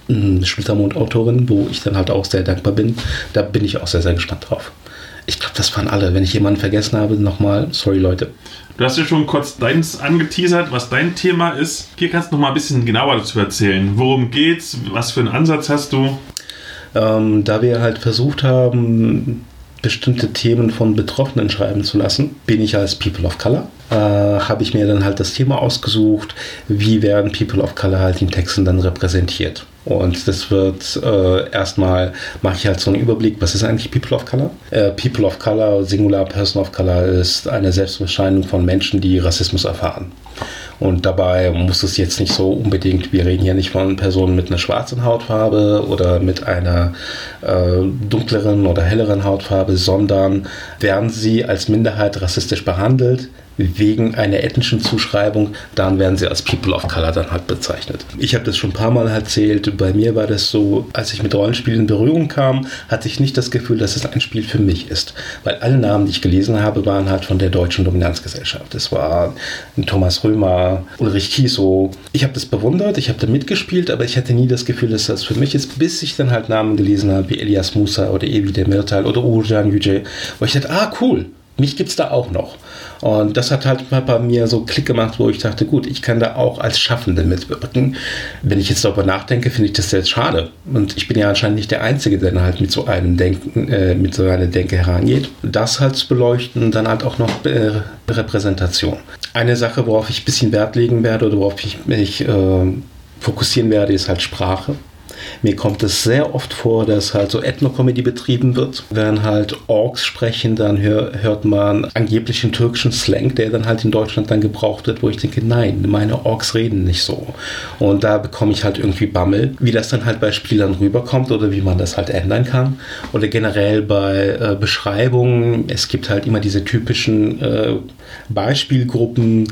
Schlütermond-Autorin, wo ich dann halt auch sehr dankbar bin. Da bin ich auch sehr, sehr gespannt drauf. Ich glaube, das waren alle. Wenn ich jemanden vergessen habe, nochmal, sorry Leute. Du hast ja schon kurz deins angeteasert, was dein Thema ist. Hier kannst du noch mal ein bisschen genauer dazu erzählen. Worum geht's? Was für einen Ansatz hast du? Ähm, da wir halt versucht haben, bestimmte Themen von Betroffenen schreiben zu lassen, bin ich als People of Color. Äh, habe ich mir dann halt das Thema ausgesucht, wie werden People of Color halt in Texten dann repräsentiert. Und das wird äh, erstmal, mache ich halt so einen Überblick, was ist eigentlich People of Color? Äh, People of Color, Singular Person of Color, ist eine Selbstbeschreibung von Menschen, die Rassismus erfahren. Und dabei muss es jetzt nicht so unbedingt, wir reden hier nicht von Personen mit einer schwarzen Hautfarbe oder mit einer äh, dunkleren oder helleren Hautfarbe, sondern werden sie als Minderheit rassistisch behandelt, wegen einer ethnischen Zuschreibung, dann werden sie als People of Color dann halt bezeichnet. Ich habe das schon ein paar Mal erzählt, bei mir war das so, als ich mit Rollenspielen in Berührung kam, hatte ich nicht das Gefühl, dass es ein Spiel für mich ist, weil alle Namen, die ich gelesen habe, waren halt von der deutschen Dominanzgesellschaft. Es war Thomas Römer, Ulrich Kiesow. Ich habe das bewundert, ich habe da mitgespielt, aber ich hatte nie das Gefühl, dass das für mich ist, bis ich dann halt Namen gelesen habe, wie Elias Musa oder Evi Demirtal oder Urjan Yüce, wo ich dachte, ah cool, mich gibt's da auch noch. Und das hat halt bei mir so Klick gemacht, wo ich dachte, gut, ich kann da auch als Schaffende mitwirken. Wenn ich jetzt darüber nachdenke, finde ich das jetzt schade. Und ich bin ja anscheinend nicht der Einzige, der dann halt mit so einem Denken, äh, mit so einer Denke herangeht. Das halt zu beleuchten und dann halt auch noch äh, Repräsentation. Eine Sache, worauf ich ein bisschen Wert legen werde oder worauf ich mich äh, fokussieren werde, ist halt Sprache. Mir kommt es sehr oft vor, dass halt so Ethno-Comedy betrieben wird. Wenn halt Orks sprechen, dann hör, hört man angeblich einen türkischen Slang, der dann halt in Deutschland dann gebraucht wird, wo ich denke, nein, meine Orks reden nicht so. Und da bekomme ich halt irgendwie Bammel, wie das dann halt bei Spielern rüberkommt oder wie man das halt ändern kann. Oder generell bei äh, Beschreibungen. Es gibt halt immer diese typischen äh, Beispielgruppen,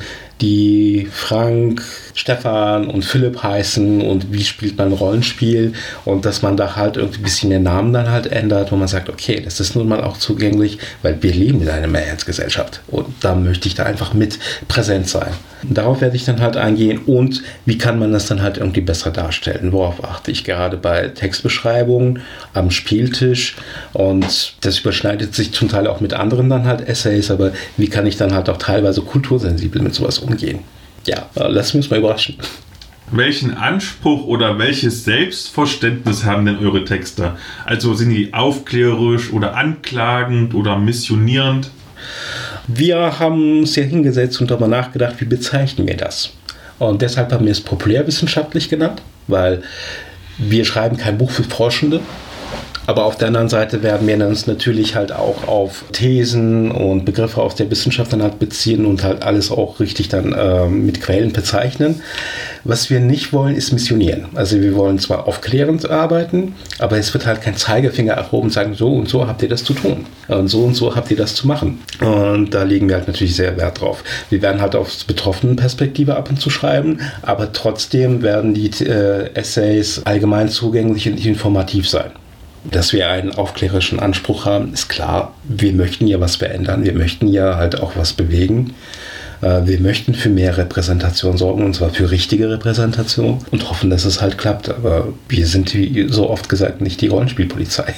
die Frank, Stefan und Philipp heißen und wie spielt man ein Rollenspiel und dass man da halt irgendwie ein bisschen den Namen dann halt ändert, wo man sagt, okay, das ist nun mal auch zugänglich, weil wir leben in einer Mehrheitsgesellschaft und da möchte ich da einfach mit präsent sein. Darauf werde ich dann halt eingehen und wie kann man das dann halt irgendwie besser darstellen? Worauf achte ich gerade bei Textbeschreibungen am Spieltisch? Und das überschneidet sich zum Teil auch mit anderen dann halt Essays, aber wie kann ich dann halt auch teilweise kultursensibel mit sowas umgehen? Ja, lass mich mal überraschen. Welchen Anspruch oder welches Selbstverständnis haben denn eure Texte? Also sind die aufklärerisch oder anklagend oder missionierend? Wir haben uns ja hingesetzt und darüber nachgedacht, wie bezeichnen wir das? Und deshalb haben wir es populärwissenschaftlich genannt, weil wir schreiben kein Buch für Forschende. Aber auf der anderen Seite werden wir uns natürlich halt auch auf Thesen und Begriffe aus der Wissenschaft dann halt beziehen und halt alles auch richtig dann äh, mit Quellen bezeichnen. Was wir nicht wollen, ist missionieren. Also wir wollen zwar aufklärend arbeiten, aber es wird halt kein Zeigefinger erhoben und sagen, so und so habt ihr das zu tun. Und so und so habt ihr das zu machen. Und da legen wir halt natürlich sehr Wert drauf. Wir werden halt aus Betroffenenperspektive ab und zu schreiben, aber trotzdem werden die äh, Essays allgemein zugänglich und informativ sein. Dass wir einen aufklärerischen Anspruch haben, ist klar. Wir möchten ja was verändern, wir möchten ja halt auch was bewegen. Wir möchten für mehr Repräsentation sorgen, und zwar für richtige Repräsentation und hoffen, dass es halt klappt. Aber wir sind, wie so oft gesagt, nicht die Rollenspielpolizei.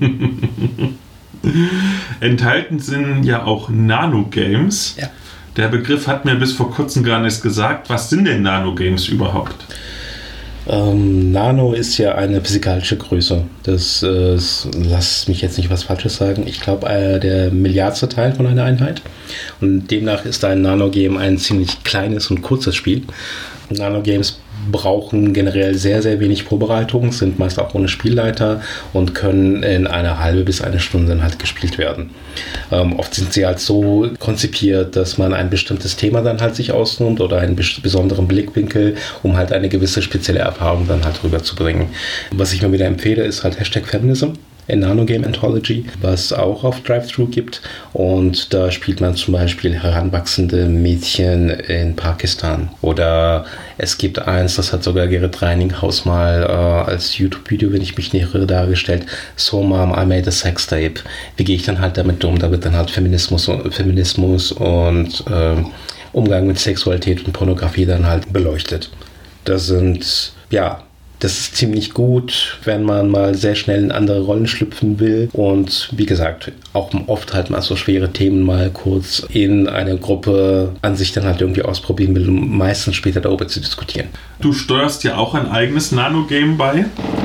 Enthalten sind ja auch Nanogames. Ja. Der Begriff hat mir bis vor kurzem gar nichts gesagt. Was sind denn Nanogames überhaupt? Ähm, Nano ist ja eine physikalische Größe. Das, äh, lass mich jetzt nicht was Falsches sagen. Ich glaube, äh, der Milliardste Teil von einer Einheit. Und demnach ist ein Nanogame ein ziemlich kleines und kurzes Spiel. Nanogames brauchen generell sehr, sehr wenig Vorbereitung, sind meist auch ohne Spielleiter und können in einer halbe bis eine Stunde dann halt gespielt werden. Ähm, oft sind sie halt so konzipiert, dass man ein bestimmtes Thema dann halt sich ausnimmt oder einen bes- besonderen Blickwinkel, um halt eine gewisse spezielle Erfahrung dann halt rüberzubringen. Was ich mir wieder empfehle, ist halt Hashtag Feminism in Nanogame Anthology, was auch auf Drive-Thru gibt. Und da spielt man zum Beispiel heranwachsende Mädchen in Pakistan. Oder es gibt eins, das hat sogar Gerrit Reininghaus mal äh, als YouTube-Video, wenn ich mich nicht irre, dargestellt. So Mom, I made a sex tape. Wie gehe ich dann halt damit um? Da wird dann halt Feminismus und, Feminismus und äh, Umgang mit Sexualität und Pornografie dann halt beleuchtet. Das sind, ja, das ist ziemlich gut, wenn man mal sehr schnell in andere Rollen schlüpfen will und wie gesagt, auch oft halt mal so schwere Themen mal kurz in einer Gruppe an sich dann halt irgendwie ausprobieren will, um meistens später darüber zu diskutieren. Du steuerst ja auch ein eigenes Nanogame bei.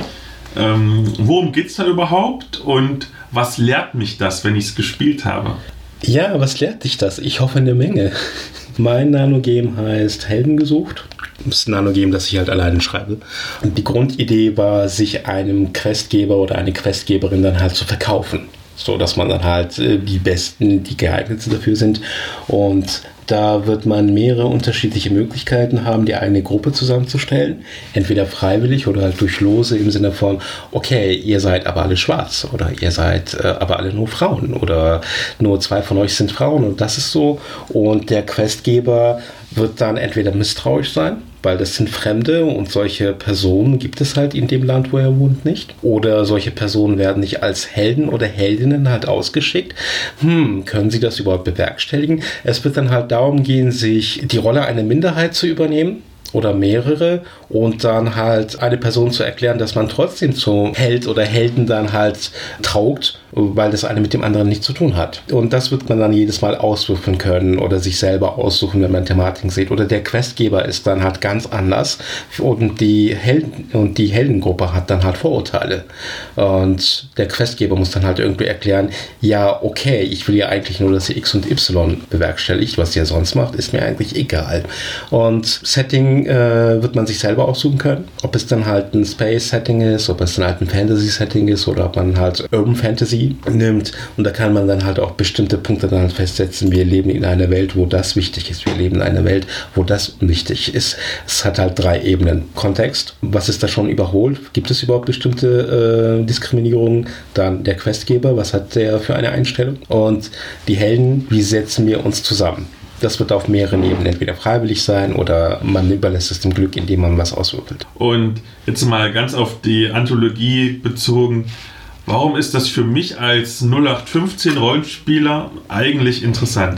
Ähm, worum geht's da überhaupt und was lehrt mich das, wenn ich es gespielt habe? Ja, was lehrt dich das? Ich hoffe eine Menge. Mein Nanogame heißt Helden gesucht. Das ist ein Nanogame, das ich halt alleine schreibe. Und die Grundidee war, sich einem Questgeber oder eine Questgeberin dann halt zu verkaufen. So, dass man dann halt äh, die Besten, die geeignetsten dafür sind. Und da wird man mehrere unterschiedliche Möglichkeiten haben, die eigene Gruppe zusammenzustellen. Entweder freiwillig oder halt durch Lose im Sinne von, okay, ihr seid aber alle schwarz oder ihr seid äh, aber alle nur Frauen oder nur zwei von euch sind Frauen und das ist so. Und der Questgeber wird dann entweder misstrauisch sein, weil das sind Fremde und solche Personen gibt es halt in dem Land, wo er wohnt, nicht. Oder solche Personen werden nicht als Helden oder Heldinnen halt ausgeschickt. Hm, können sie das überhaupt bewerkstelligen? Es wird dann halt darum gehen, sich die Rolle einer Minderheit zu übernehmen oder mehrere und dann halt eine Person zu erklären, dass man trotzdem zum Held oder Helden dann halt taugt, weil das eine mit dem anderen nichts zu tun hat. Und das wird man dann jedes Mal auswürfeln können oder sich selber aussuchen, wenn man Thematiken sieht. Oder der Questgeber ist dann halt ganz anders und die Helden und die Heldengruppe hat dann halt Vorurteile. Und der Questgeber muss dann halt irgendwie erklären, ja, okay, ich will ja eigentlich nur, dass ihr X und Y bewerkstelligt, was ihr sonst macht, ist mir eigentlich egal. Und Setting äh, wird man sich selber aussuchen können, ob es dann halt ein Space-Setting ist, ob es dann halt ein Fantasy-Setting ist oder ob man halt Urban Fantasy nimmt und da kann man dann halt auch bestimmte Punkte dann halt festsetzen. Wir leben in einer Welt, wo das wichtig ist. Wir leben in einer Welt, wo das wichtig ist. Es hat halt drei Ebenen. Kontext, was ist da schon überholt? Gibt es überhaupt bestimmte äh, Diskriminierungen? Dann der Questgeber, was hat der für eine Einstellung? Und die Helden, wie setzen wir uns zusammen? Das wird auf mehreren Ebenen entweder freiwillig sein oder man überlässt es dem Glück, indem man was auswürfelt. Und jetzt mal ganz auf die Anthologie bezogen, warum ist das für mich als null acht fünfzehn Rollenspieler eigentlich interessant?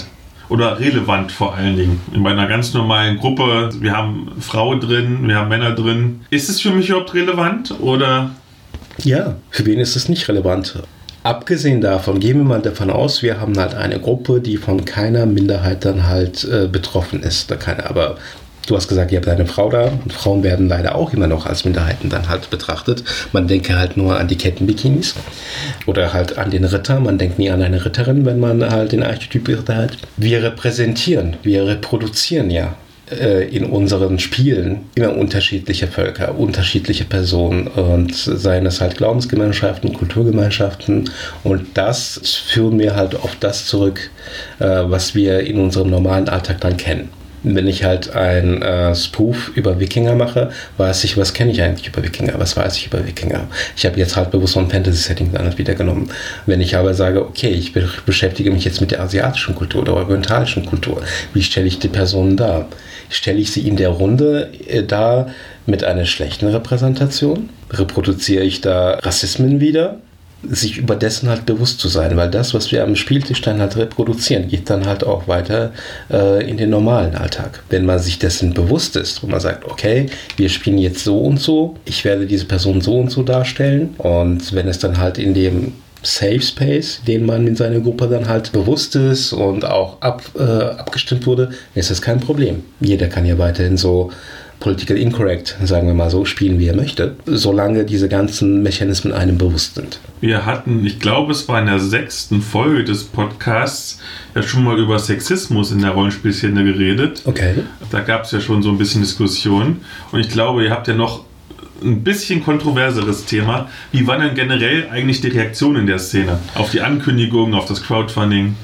oder relevant vor allen Dingen. In meiner ganz normalen Gruppe, wir haben Frauen drin, wir haben Männer drin. Ist es für mich überhaupt relevant oder? Ja, für wen ist es nicht relevant? Abgesehen davon, gehen wir mal davon aus, wir haben halt eine Gruppe, die von keiner Minderheit dann halt äh, betroffen ist. Da keine, aber du hast gesagt, ihr habt eine Frau da und Frauen werden leider auch immer noch als Minderheiten dann halt betrachtet. Man denke halt nur an die Kettenbikinis oder halt an den Ritter. Man denkt nie an eine Ritterin, wenn man halt den Archetyp Ritter hat. Wir repräsentieren, wir reproduzieren ja in unseren Spielen immer unterschiedliche Völker, unterschiedliche Personen und seien es halt Glaubensgemeinschaften, Kulturgemeinschaften und das führen wir halt auf das zurück, was wir in unserem normalen Alltag dann kennen. Wenn ich halt ein äh, Spoof über Wikinger mache, weiß ich, was kenne ich eigentlich über Wikinger, was weiß ich über Wikinger. Ich habe jetzt halt bewusst so ein Fantasy-Setting dann wieder genommen. Wenn ich aber sage, okay, ich be- beschäftige mich jetzt mit der asiatischen Kultur oder orientalischen Kultur, wie stelle ich die Personen dar? Stelle ich sie in der Runde äh, dar mit einer schlechten Repräsentation? Reproduziere ich da Rassismen wieder? Sich über dessen halt bewusst zu sein, weil das, was wir am Spieltisch dann halt reproduzieren, geht dann halt auch weiter äh, in den normalen Alltag. Wenn man sich dessen bewusst ist und man sagt, okay, wir spielen jetzt so und so, ich werde diese Person so und so darstellen und wenn es dann halt in dem Safe Space, den man in seiner Gruppe dann halt bewusst ist und auch ab, äh, abgestimmt wurde, ist das kein Problem. Jeder kann ja weiterhin so political incorrect, sagen wir mal so, spielen, wie er möchte, solange diese ganzen Mechanismen einem bewusst sind. Wir hatten, ich glaube, es war in der sechsten Folge des Podcasts ja schon mal über Sexismus in der Rollenspielszene geredet. Okay. Da gab es ja schon so ein bisschen Diskussion und ich glaube, ihr habt ja noch ein bisschen kontroverseres Thema. Wie war denn generell eigentlich die Reaktion in der Szene auf die Ankündigung, auf das Crowdfunding?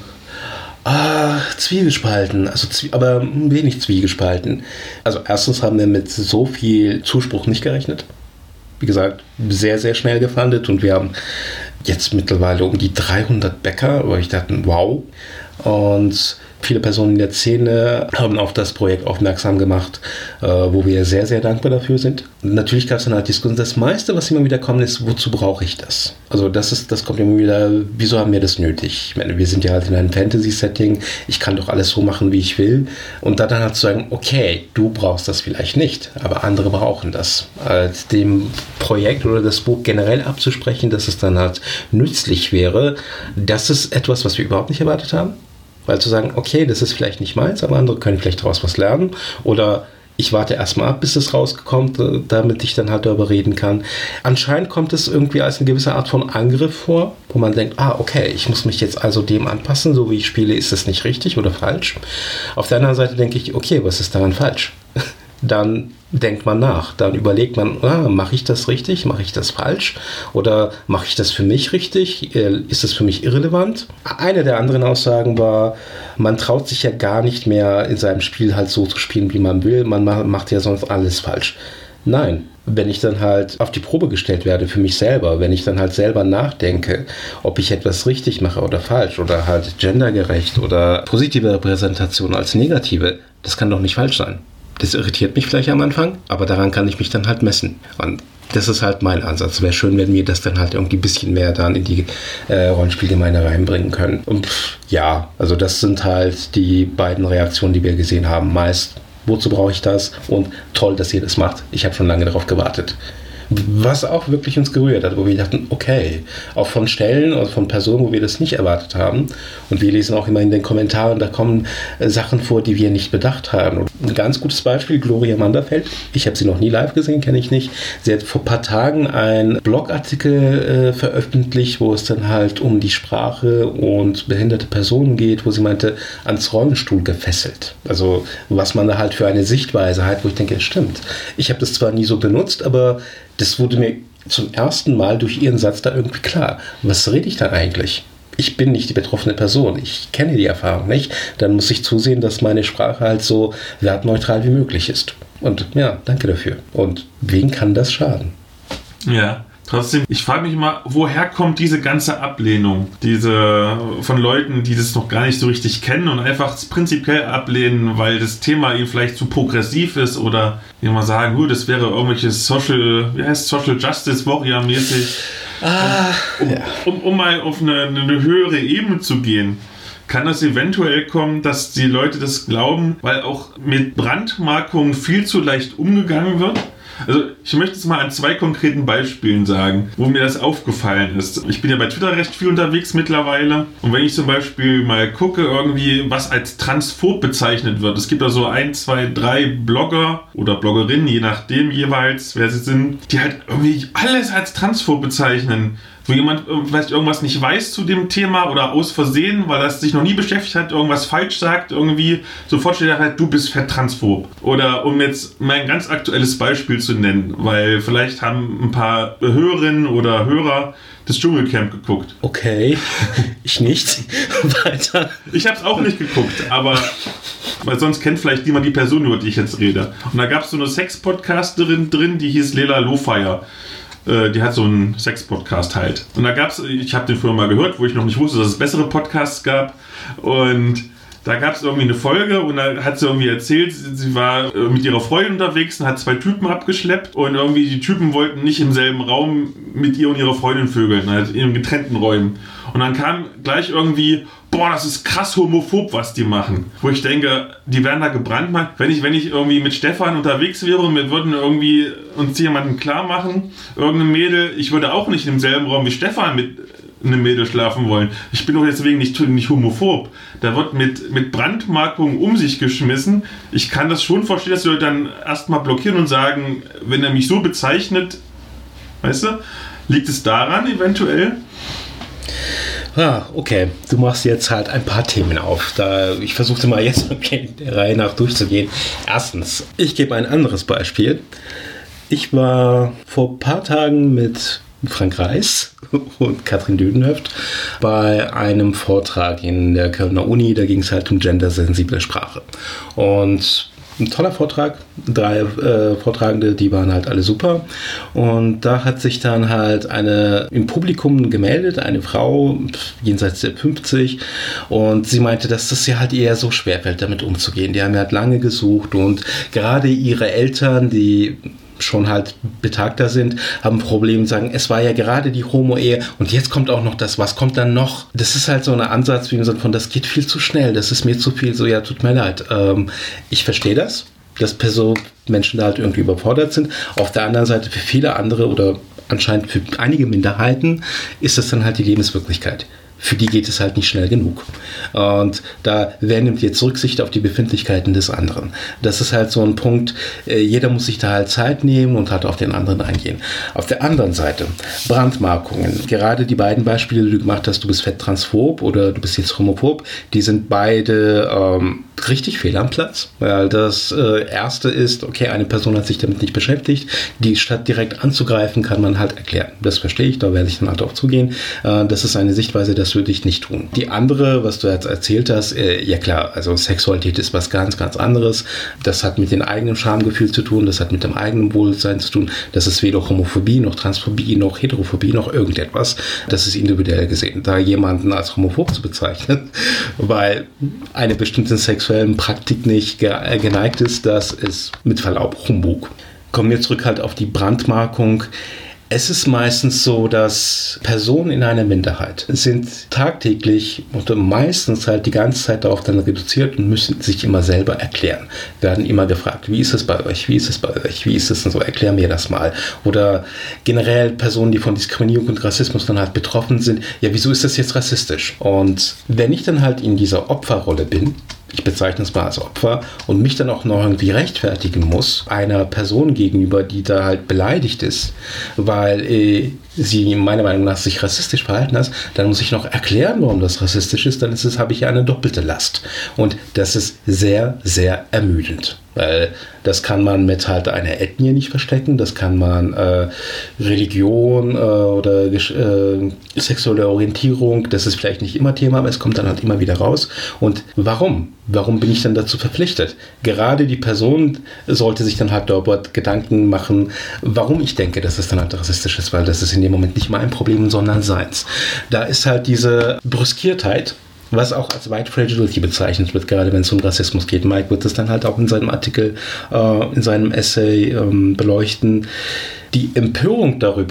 Ah, zwiegespalten, also zwie- aber wenig zwiegespalten. Also erstens haben wir mit so viel Zuspruch nicht gerechnet. Wie gesagt, sehr, sehr schnell gefundet und wir haben jetzt mittlerweile um die dreihundert Bäcker, wo ich dachte, wow. Und viele Personen in der Szene haben auf das Projekt aufmerksam gemacht, äh, wo wir sehr, sehr dankbar dafür sind. Natürlich gab es dann halt Diskussionen. Das meiste, was immer wieder kommt, ist, wozu brauche ich das? Also das ist, das kommt immer wieder, wieso haben wir das nötig? Ich meine, wir sind ja halt in einem Fantasy-Setting, ich kann doch alles so machen, wie ich will. Und dann halt zu sagen, okay, du brauchst das vielleicht nicht, aber andere brauchen das. Als dem Projekt oder das Buch generell abzusprechen, dass es dann halt nützlich wäre, das ist etwas, was wir überhaupt nicht erwartet haben. Weil zu sagen, okay, das ist vielleicht nicht meins, aber andere können vielleicht daraus was lernen. Oder ich warte erstmal ab, bis es rauskommt, damit ich dann halt darüber reden kann. Anscheinend kommt es irgendwie als eine gewisse Art von Angriff vor, wo man denkt, ah, okay, ich muss mich jetzt also dem anpassen, so wie ich spiele, ist das nicht richtig oder falsch. Auf der anderen Seite denke ich, okay, was ist daran falsch? Dann denkt man nach, dann überlegt man, ah, mache ich das richtig, mache ich das falsch oder mache ich das für mich richtig, ist das für mich irrelevant? Eine der anderen Aussagen war, man traut sich ja gar nicht mehr in seinem Spiel halt so zu spielen, wie man will, man macht ja sonst alles falsch. Nein, wenn ich dann halt auf die Probe gestellt werde für mich selber, wenn ich dann halt selber nachdenke, ob ich etwas richtig mache oder falsch oder halt gendergerecht oder positive Repräsentation als negative, das kann doch nicht falsch sein. Das irritiert mich vielleicht am Anfang, aber daran kann ich mich dann halt messen. Und das ist halt mein Ansatz. Wäre schön, wenn wir das dann halt irgendwie ein bisschen mehr dann in die äh, Rollenspielgemeinde reinbringen können. Und pff, ja, also das sind halt die beiden Reaktionen, die wir gesehen haben. Meist, wozu brauche ich das? Und toll, dass ihr das macht. Ich habe schon lange darauf gewartet. Was auch wirklich uns gerührt hat, wo wir dachten, okay, auch von Stellen oder von Personen, wo wir das nicht erwartet haben. Und wir lesen auch immer in den Kommentaren, da kommen äh, Sachen vor, die wir nicht bedacht haben. Und ein ganz gutes Beispiel, Gloria Manderfeld. Ich habe sie noch nie live gesehen, kenne ich nicht. Sie hat vor ein paar Tagen einen Blogartikel äh, veröffentlicht, wo es dann halt um die Sprache und behinderte Personen geht, wo sie meinte, ans Rollenstuhl gefesselt. Also was man da halt für eine Sichtweise hat, wo ich denke, stimmt. Ich habe das zwar nie so benutzt, aber das wurde mir zum ersten Mal durch ihren Satz da irgendwie klar. Was rede ich da eigentlich? Ich bin nicht die betroffene Person. Ich kenne die Erfahrung nicht. Dann muss ich zusehen, dass meine Sprache halt so wertneutral wie möglich ist. Und ja, danke dafür. Und wen kann das schaden? Ja. Trotzdem, ich frage mich immer, woher kommt diese ganze Ablehnung? Diese von Leuten, die das noch gar nicht so richtig kennen und einfach prinzipiell ablehnen, weil das Thema ihnen vielleicht zu progressiv ist oder immer sagen, gut, das wäre irgendwelches Social, wie heißt Social Justice Warrior mäßig. Ah, um, ja. um, um, um mal auf eine, eine höhere Ebene zu gehen. kann das eventuell kommen, dass die Leute das glauben, weil auch mit Brandmarkungen viel zu leicht umgegangen wird. Also ich möchte es mal an zwei konkreten Beispielen sagen, wo mir das aufgefallen ist. Ich bin ja bei Twitter recht viel unterwegs mittlerweile und wenn ich zum Beispiel mal gucke, irgendwie was als transphob bezeichnet wird. Es gibt da so ein, zwei, drei Blogger oder Bloggerinnen, je nachdem jeweils, wer sie sind, die halt irgendwie alles als transphob bezeichnen. Wo jemand vielleicht irgendwas nicht weiß zu dem Thema oder aus Versehen, weil er sich noch nie beschäftigt hat, irgendwas falsch sagt, irgendwie sofort steht er halt, du bist fett transphob. Oder um jetzt mal ein ganz aktuelles Beispiel zu nennen, weil vielleicht haben ein paar Hörerinnen oder Hörer das Dschungelcamp geguckt. Okay, ich nicht. Weiter. Ich habe es auch nicht geguckt, aber weil sonst kennt vielleicht niemand die Person, über die ich jetzt rede. Und da gab es so eine Sex-Podcasterin drin, die hieß Lela Lofire. Die hat so einen Sex-Podcast halt. Und da gab es, ich habe den früher mal gehört, wo ich noch nicht wusste, dass es bessere Podcasts gab. Und da gab es irgendwie eine Folge und da hat sie irgendwie erzählt, sie war mit ihrer Freundin unterwegs und hat zwei Typen abgeschleppt. Und irgendwie die Typen wollten nicht im selben Raum mit ihr und ihrer Freundin vögeln, halt in getrennten Räumen. Und dann kam gleich irgendwie, boah, das ist krass homophob, was die machen. Wo ich denke, die werden da gebrandmarkt. Wenn ich, wenn ich irgendwie mit Stefan unterwegs wäre und wir würden irgendwie uns jemanden klar machen, irgendeine Mädel, ich würde auch nicht im selben Raum wie Stefan mit einem Mädel schlafen wollen. Ich bin doch deswegen nicht, nicht homophob. Da wird mit, mit Brandmarkungen um sich geschmissen. Ich kann das schon verstehen, dass die Leute dann erstmal blockieren und sagen, wenn er mich so bezeichnet, weißt du, liegt es daran eventuell? Ja, okay. Du machst jetzt halt ein paar Themen auf. Da, ich versuchte mal jetzt okay, der Reihe nach durchzugehen. Erstens, ich gebe ein anderes Beispiel. Ich war vor ein paar Tagen mit Frank Reis und Katrin Dödenhöft bei einem Vortrag in der Kölner Uni. Da ging es halt um gendersensible Sprache. Und ein toller Vortrag, drei äh, Vortragende, die waren halt alle super. Und da hat sich dann halt eine im Publikum gemeldet, eine Frau jenseits der fünfzig, und sie meinte, dass das ja halt eher so schwerfällt, damit umzugehen. Die haben ja halt lange gesucht und gerade ihre Eltern, die schon halt betagter sind, haben Probleme und sagen, es war ja gerade die Homo-Ehe und jetzt kommt auch noch das, was kommt dann noch? Das ist halt so ein Ansatz, wie man sagt, von das geht viel zu schnell, das ist mir zu viel, so ja, tut mir leid. Ähm, ich verstehe das, dass Person, Menschen da halt irgendwie überfordert sind. Auf der anderen Seite für viele andere oder anscheinend für einige Minderheiten ist das dann halt die Lebenswirklichkeit. Für die geht es halt nicht schnell genug. Und da, wer nimmt jetzt Rücksicht auf die Befindlichkeiten des anderen? Das ist halt so ein Punkt, jeder muss sich da halt Zeit nehmen und halt auf den anderen eingehen. Auf der anderen Seite, Brandmarkungen. Gerade die beiden Beispiele, die du gemacht hast, du bist fett transphob oder du bist jetzt homophob, die sind beide ähm, richtig fehl am Platz. Weil das äh, erste ist, okay, eine Person hat sich damit nicht beschäftigt, die statt direkt anzugreifen, kann man halt erklären. Das verstehe ich, da werde ich dann halt auch zugehen. Äh, das ist eine Sichtweise, das würde ich nicht tun. Die andere, was du jetzt erzählt hast, äh, ja klar, also Sexualität ist was ganz, ganz anderes. Das hat mit dem eigenen Schamgefühl zu tun, das hat mit dem eigenen Wohlsein zu tun. Das ist weder Homophobie, noch Transphobie, noch Heterophobie, noch irgendetwas. Das ist individuell gesehen. Da jemanden als homophob zu bezeichnen, weil eine bestimmte sexuelle Praktik nicht geneigt ist, das ist mit Verlaub Humbug. Kommen wir zurück halt auf die Brandmarkung. Es ist meistens so, dass Personen in einer Minderheit sind tagtäglich und meistens halt die ganze Zeit darauf dann reduziert und müssen sich immer selber erklären. Werden immer gefragt, wie ist es bei euch, wie ist es bei euch, wie ist es denn so, erklär mir das mal. Oder generell Personen, die von Diskriminierung und Rassismus dann halt betroffen sind, ja, wieso ist das jetzt rassistisch? Und wenn ich dann halt in dieser Opferrolle bin, ich bezeichne es mal als Opfer, und mich dann auch noch irgendwie rechtfertigen muss, einer Person gegenüber, die da halt beleidigt ist, weil äh, sie meiner Meinung nach sich rassistisch verhalten hat, dann muss ich noch erklären, warum das rassistisch ist, dann ist es, habe ich ja eine doppelte Last. Und das ist sehr, sehr ermüdend. Weil das kann man mit halt einer Ethnie nicht verstecken, das kann man äh, Religion äh, oder äh, sexuelle Orientierung, das ist vielleicht nicht immer Thema, aber es kommt dann halt immer wieder raus. Und warum? Warum bin ich dann dazu verpflichtet? Gerade die Person sollte sich dann halt darüber Gedanken machen, warum ich denke, dass es dann halt rassistisch ist, weil das ist in dem Moment nicht mein Problem, sondern seins. Da ist halt diese Brüskiertheit, was auch als White Fragility bezeichnet wird, gerade wenn es um Rassismus geht. Mike wird das dann halt auch in seinem Artikel, äh, in seinem Essay ähm, beleuchten. Die Empörung darüber,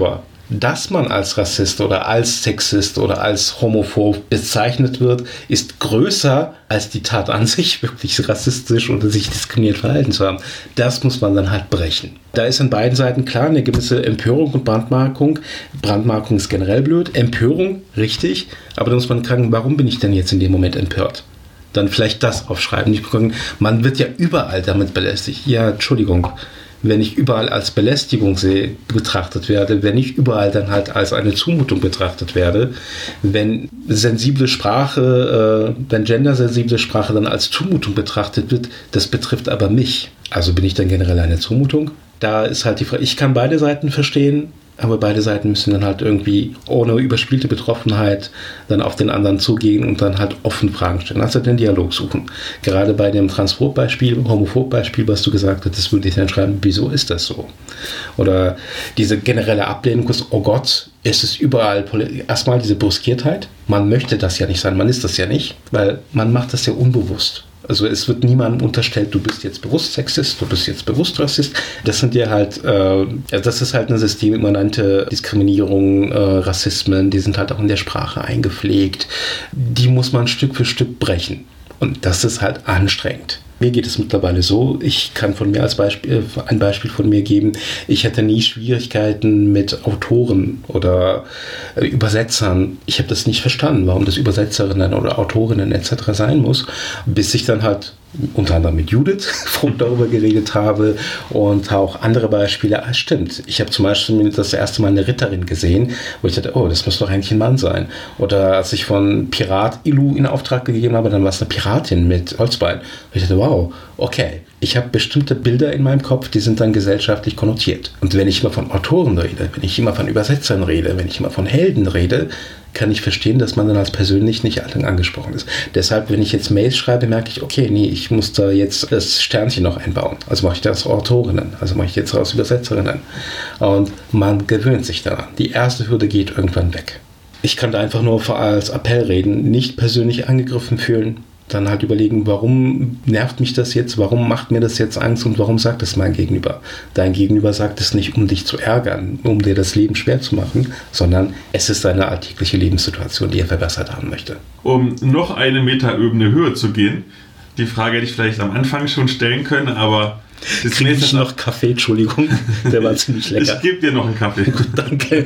Dass man als Rassist oder als Sexist oder als homophob bezeichnet wird, ist größer als die Tat an sich, wirklich rassistisch oder sich diskriminiert verhalten zu haben. Das muss man dann halt brechen. Da ist an beiden Seiten klar eine gewisse Empörung und Brandmarkung. Brandmarkung ist generell blöd, Empörung richtig, aber da muss man fragen, warum bin ich denn jetzt in dem Moment empört? Dann vielleicht das aufschreiben. Nicht gucken, man wird ja überall damit belästigt. Ja, Entschuldigung. Wenn ich überall als Belästigung sehe, betrachtet werde, wenn ich überall dann halt als eine Zumutung betrachtet werde, wenn sensible Sprache, äh, wenn gendersensible Sprache dann als Zumutung betrachtet wird, das betrifft aber mich. Also bin ich dann generell eine Zumutung? Da ist halt die Frage, ich kann beide Seiten verstehen, aber beide Seiten müssen dann halt irgendwie ohne überspielte Betroffenheit dann auf den anderen zugehen und dann halt offen Fragen stellen, also den Dialog suchen. Gerade bei dem Transphob-Beispiel, Homophob-Beispiel, was du gesagt hast, das würde ich dann schreiben, wieso ist das so? Oder diese generelle Ablehnung, oh Gott, es ist überall, erstmal diese Bruskiertheit, man möchte das ja nicht sein, man ist das ja nicht, weil man macht das ja unbewusst. Also es wird niemandem unterstellt, du bist jetzt bewusst Sexist, du bist jetzt bewusst Rassist. Das sind ja halt, äh, das ist halt eine systemimmanente Diskriminierung, äh, Rassismen, die sind halt auch in der Sprache eingepflegt. Die muss man Stück für Stück brechen. Und das ist halt anstrengend. Mir geht es mittlerweile so, ich kann von mir als Beispiel, ein Beispiel von mir geben, ich hatte nie Schwierigkeiten mit Autoren oder äh, Übersetzern. Ich habe das nicht verstanden, warum das Übersetzerinnen oder Autorinnen et cetera sein muss, bis ich dann halt unter anderem mit Judith darüber geredet habe und auch andere Beispiele. Ah, stimmt, ich habe zum Beispiel das erste Mal eine Ritterin gesehen, wo ich dachte, oh, das muss doch eigentlich ein Mann sein. Oder als ich von Pirat Ilu in Auftrag gegeben habe, dann war es eine Piratin mit Holzbein. Und ich dachte, wow, okay, ich habe bestimmte Bilder in meinem Kopf, die sind dann gesellschaftlich konnotiert. Und wenn ich immer von Autoren rede, wenn ich immer von Übersetzern rede, wenn ich immer von Helden rede, kann ich verstehen, dass man dann als persönlich nicht angesprochen ist. Deshalb, wenn ich jetzt Mails schreibe, merke ich, okay, nee, ich muss da jetzt das Sternchen noch einbauen. Also mache ich das aus Autorinnen, also mache ich jetzt aus Übersetzerinnen. Und man gewöhnt sich daran. Die erste Hürde geht irgendwann weg. Ich kann da einfach nur als Appell reden, nicht persönlich angegriffen fühlen, dann halt überlegen, warum nervt mich das jetzt, warum macht mir das jetzt Angst und warum sagt es mein Gegenüber? Dein Gegenüber sagt es nicht, um dich zu ärgern, um dir das Leben schwer zu machen, sondern es ist eine alltägliche Lebenssituation, die er verbessert haben möchte. Um noch eine Metaebene höher zu gehen, die Frage hätte ich vielleicht am Anfang schon stellen können, aber... Das kriege ich noch Kaffee, Entschuldigung, der war ziemlich lecker. Ich gebe dir noch einen Kaffee. Gut, danke.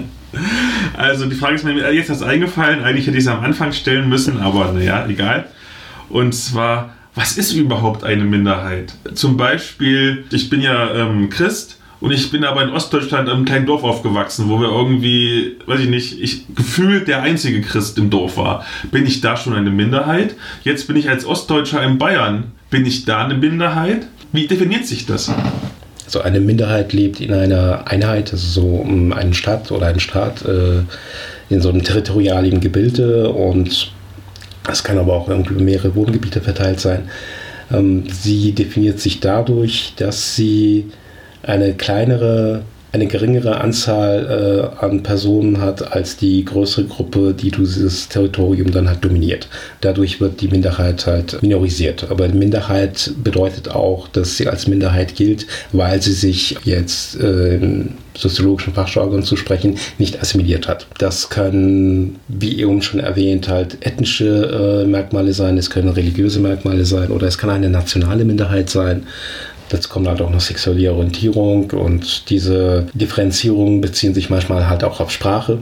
Also die Frage ist mir jetzt erst eingefallen, eigentlich hätte ich es am Anfang stellen müssen, aber naja, egal. Und zwar, was ist überhaupt eine Minderheit? Zum Beispiel, ich bin ja ähm, Christ und ich bin aber in Ostdeutschland in einem kleinen Dorf aufgewachsen, wo wir irgendwie, weiß ich nicht, ich gefühlt der einzige Christ im Dorf war. Bin ich da schon eine Minderheit? Jetzt bin ich als Ostdeutscher in Bayern. Bin ich da eine Minderheit? Wie definiert sich das? Also eine Minderheit lebt in einer Einheit, also so eine Stadt oder ein Staat, äh, in so einem territorialen Gebilde und es kann aber auch irgendwie über mehrere Wohngebiete verteilt sein. Ähm, sie definiert sich dadurch, dass sie eine kleinere, eine geringere Anzahl äh, an Personen hat als die größere Gruppe, die dieses Territorium dann halt dominiert. Dadurch wird die Minderheit halt minorisiert. Aber Minderheit bedeutet auch, dass sie als Minderheit gilt, weil sie sich jetzt äh, im soziologischen Fachjargon zu sprechen, nicht assimiliert hat. Das können, wie eben schon erwähnt, halt ethnische äh, Merkmale sein, es können religiöse Merkmale sein oder es kann eine nationale Minderheit sein. Dazu kommt halt auch noch sexuelle Orientierung und diese Differenzierungen beziehen sich manchmal halt auch auf Sprache.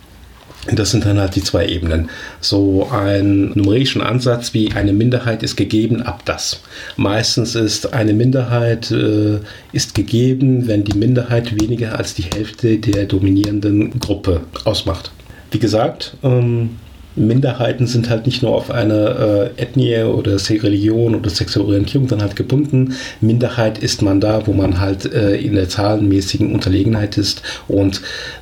Das sind dann halt die zwei Ebenen. So ein numerischen Ansatz wie eine Minderheit ist gegeben ab das. Meistens ist eine Minderheit äh, ist gegeben, wenn die Minderheit weniger als die Hälfte der dominierenden Gruppe ausmacht. Wie gesagt, ähm, Minderheiten sind halt nicht nur auf eine äh, Ethnie oder Religion oder sexuelle Orientierung dann halt gebunden. Minderheit ist man da, wo man halt äh, in der zahlenmäßigen Unterlegenheit ist und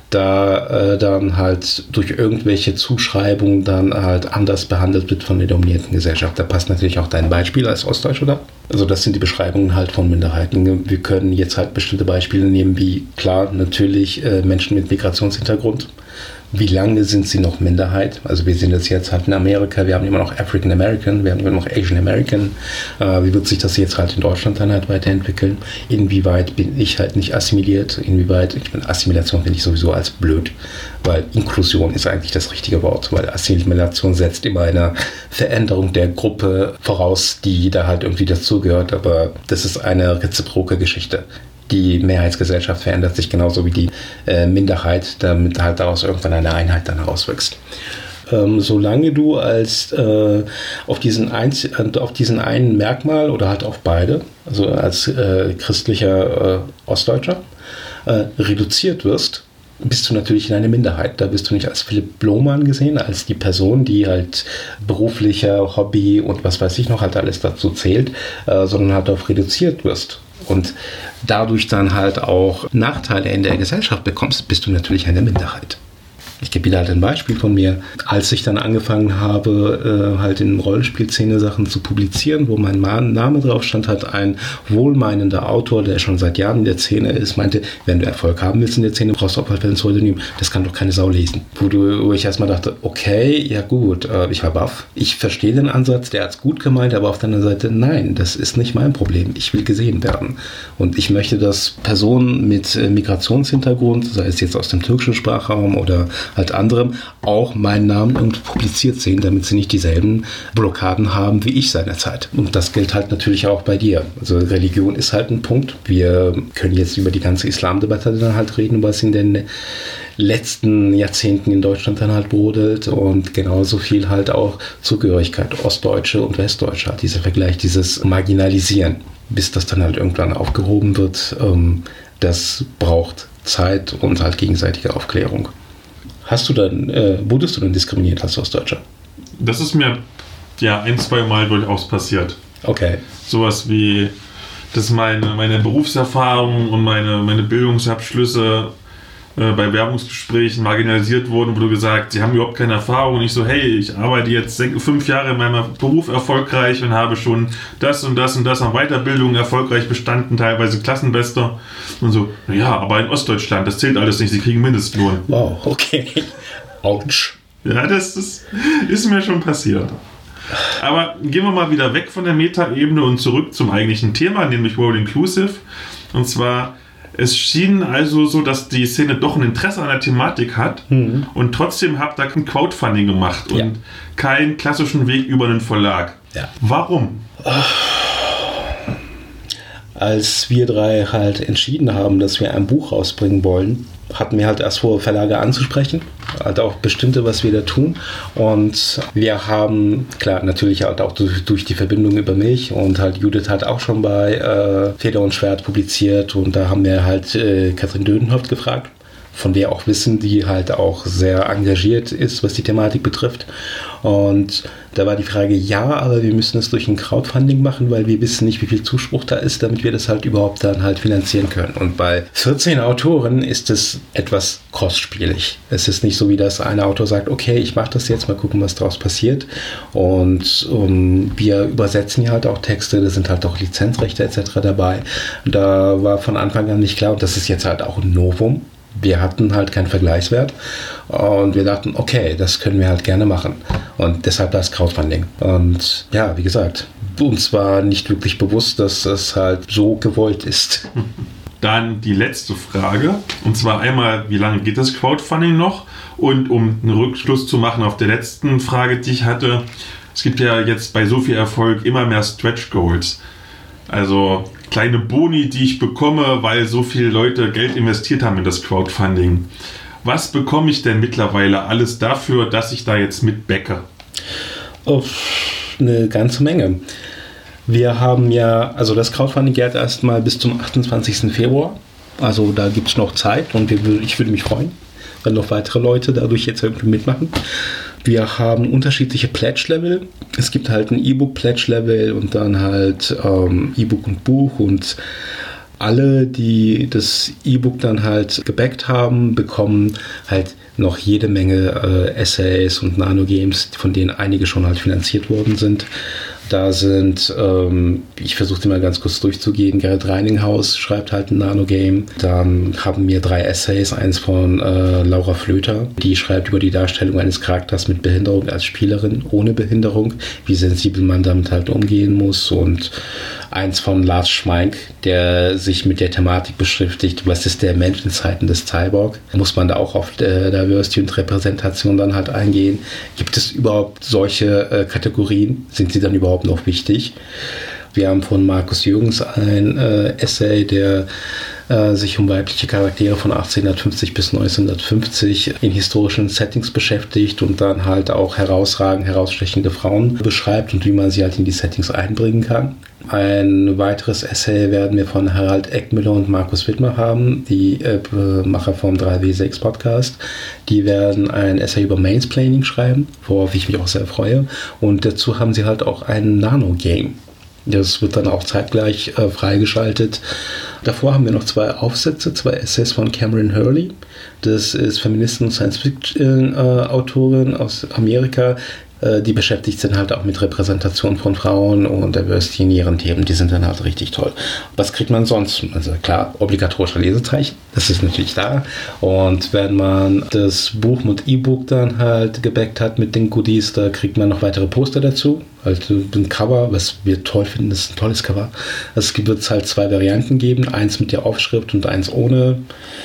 da äh, dann halt durch irgendwelche Zuschreibungen dann halt anders behandelt wird von der dominierenden Gesellschaft. Da passt natürlich auch dein Beispiel als Ostdeutscher da. Also das sind die Beschreibungen halt von Minderheiten. Wir können jetzt halt bestimmte Beispiele nehmen, wie klar natürlich äh, Menschen mit Migrationshintergrund, wie lange sind sie noch Minderheit? Also wir sind jetzt jetzt halt in Amerika, wir haben immer noch African American, wir haben immer noch Asian American. Äh, wie wird sich das jetzt halt in Deutschland dann halt weiterentwickeln? Inwieweit bin ich halt nicht assimiliert? Inwieweit, ich bin Assimilation finde ich sowieso als blöd, weil Inklusion ist eigentlich das richtige Wort, weil Assimilation setzt immer eine Veränderung der Gruppe voraus, die da halt irgendwie dazugehört, aber das ist eine reziproke Geschichte. Die Mehrheitsgesellschaft verändert sich genauso wie die äh, Minderheit, damit halt daraus irgendwann eine Einheit dann herauswächst. Ähm, solange du als äh, auf diesen Einz- auf diesen einen Merkmal oder halt auf beide, also als äh, christlicher äh, Ostdeutscher, äh, reduziert wirst, bist du natürlich in einer Minderheit. Da bist du nicht als Philipp Lohmann gesehen, als die Person, die halt beruflicher Hobby und was weiß ich noch halt alles dazu zählt, äh, sondern halt auf reduziert wirst. Und dadurch dann halt auch Nachteile in der Gesellschaft bekommst, bist du natürlich eine Minderheit. Ich gebe wieder halt ein Beispiel von mir. Als ich dann angefangen habe, äh, halt in Rollenspielszene Sachen zu publizieren, wo mein Name drauf stand, hat ein wohlmeinender Autor, der schon seit Jahren in der Szene ist, meinte, wenn du Erfolg haben willst in der Szene, brauchst du auch halt ein Pseudonym. Das kann doch keine Sau lesen. Wo, du, wo ich erstmal dachte, okay, ja gut, äh, ich war baff. Ich verstehe den Ansatz, der hat's gut gemeint, aber auf der anderen Seite, nein, das ist nicht mein Problem. Ich will gesehen werden. Und ich möchte, dass Personen mit äh, Migrationshintergrund, sei es jetzt aus dem türkischen Sprachraum oder halt anderem, auch meinen Namen irgendwo publiziert sehen, damit sie nicht dieselben Blockaden haben wie ich seinerzeit. Und das gilt halt natürlich auch bei dir. Also Religion ist halt ein Punkt. Wir können jetzt über die ganze Islamdebatte dann halt reden, was in den letzten Jahrzehnten in Deutschland dann halt brodelt und genauso viel halt auch Zugehörigkeit, Ostdeutsche und Westdeutsche hat dieser Vergleich, dieses Marginalisieren, bis das dann halt irgendwann aufgehoben wird. Das braucht Zeit und halt gegenseitige Aufklärung. Hast du dann, äh, wurdest du dann diskriminiert als Ostdeutscher? Das ist mir ja ein, zwei Mal durchaus passiert. Okay. Sowas wie, dass meine, meine Berufserfahrung und meine, meine Bildungsabschlüsse äh, bei Werbungsgesprächen marginalisiert wurden, wurde gesagt, sie haben überhaupt keine Erfahrung. Und ich so, hey, ich arbeite jetzt fünf Jahre in meinem Beruf erfolgreich und habe schon das und das und das an Weiterbildungen erfolgreich bestanden, teilweise Klassenbester. Und so, naja, aber in Ostdeutschland, das zählt alles nicht, sie kriegen Mindestlohn. Wow, okay. Autsch. Ja, das, das ist mir schon passiert. Aber gehen wir mal wieder weg von der Meta-Ebene und zurück zum eigentlichen Thema, nämlich World Inclusive. Und zwar, es schien also so, dass die Szene doch ein Interesse an der Thematik hat mhm. und trotzdem habt ihr kein Crowdfunding gemacht und ja. keinen klassischen Weg über einen Verlag. Ja. Warum? Als wir drei halt entschieden haben, dass wir ein Buch rausbringen wollen, hatten wir halt erst vor, Verlage anzusprechen, halt auch bestimmte, was wir da tun. Und wir haben, klar, natürlich halt auch durch, durch die Verbindung über mich und halt Judith hat auch schon bei äh, Feder und Schwert publiziert und da haben wir halt äh, Katrin Dödenhoft gefragt, von der auch wissen, die halt auch sehr engagiert ist, was die Thematik betrifft. Und da war die Frage, ja, aber wir müssen es durch ein Crowdfunding machen, weil wir wissen nicht, wie viel Zuspruch da ist, damit wir das halt überhaupt dann halt finanzieren können. Und bei vierzehn Autoren ist es etwas kostspielig. Es ist nicht so, wie das eine Autor sagt, okay, ich mache das jetzt, mal gucken, was daraus passiert. Und um, wir übersetzen ja halt auch Texte, da sind halt auch Lizenzrechte et cetera dabei. Da war von Anfang an nicht klar, und das ist jetzt halt auch ein Novum. Wir hatten halt keinen Vergleichswert und wir dachten, okay, das können wir halt gerne machen. Und deshalb das Crowdfunding. Und ja, wie gesagt, uns war nicht wirklich bewusst, dass das halt so gewollt ist. Dann die letzte Frage. Und zwar einmal, wie lange geht das Crowdfunding noch? Und um einen Rückschluss zu machen auf der letzten Frage, die ich hatte, es gibt ja jetzt bei so viel Erfolg immer mehr Stretch Goals. Also kleine Boni, die ich bekomme, weil so viele Leute Geld investiert haben in das Crowdfunding. Was bekomme ich denn mittlerweile alles dafür, dass ich da jetzt mitbacke? Oh, eine ganze Menge. Wir haben ja, also das Crowdfunding geht erstmal bis zum achtundzwanzigsten Februar. Also da gibt es noch Zeit und wir, ich würde mich freuen, wenn noch weitere Leute dadurch jetzt irgendwie mitmachen. Wir haben unterschiedliche Pledge-Level. Es gibt halt ein E-Book-Pledge-Level und dann halt ähm, E-Book und Buch. Und alle, die das E-Book dann halt gebackt haben, bekommen halt noch jede Menge äh, Essays und Nano-Games, von denen einige schon halt finanziert worden sind. Da sind, ähm, ich versuche die mal ganz kurz durchzugehen, Gerrit Reininghaus schreibt halt ein Nanogame. Dann haben wir drei Essays, eins von äh, Laura Flöter, die schreibt über die Darstellung eines Charakters mit Behinderung als Spielerin ohne Behinderung, wie sensibel man damit halt umgehen muss, und eins von Lars Schmeink, der sich mit der Thematik beschäftigt, was ist der Mensch in Zeiten des Cyborg? Muss man da auch auf äh, Diversity und Repräsentation dann halt eingehen? Gibt es überhaupt solche äh, Kategorien? Sind sie dann überhaupt noch wichtig? Wir haben von Markus Jürgens ein äh, Essay, der äh, sich um weibliche Charaktere von achtzehnhundertfünfzig bis neunzehnhundertfünfzig in historischen Settings beschäftigt und dann halt auch herausragend, herausstechende Frauen beschreibt und wie man sie halt in die Settings einbringen kann. Ein weiteres Essay werden wir von Harald Eckmüller und Markus Wittmer haben, die äh, Macher vom drei W sechs Podcast. Die werden ein Essay über Mansplaining schreiben, worauf ich mich auch sehr freue. Und dazu haben sie halt auch ein Nano-Game. Das wird dann auch zeitgleich äh, freigeschaltet. Davor haben wir noch zwei Aufsätze, zwei Essays von Cameron Hurley. Das ist Feministin und Science-Fiction-Autorin äh, aus Amerika. Äh, die beschäftigt sich dann halt auch mit Repräsentation von Frauen und Diversity in ihren Themen. Die sind dann halt richtig toll. Was kriegt man sonst? Also klar, obligatorische Lesezeichen. Das ist natürlich da. Und wenn man das Buch mit E-Book dann halt gebackt hat mit den Goodies, da kriegt man noch weitere Poster dazu. Also ein Cover, was wir toll finden, das ist ein tolles Cover. Also es wird halt zwei Varianten geben, eins mit der Aufschrift und eins ohne.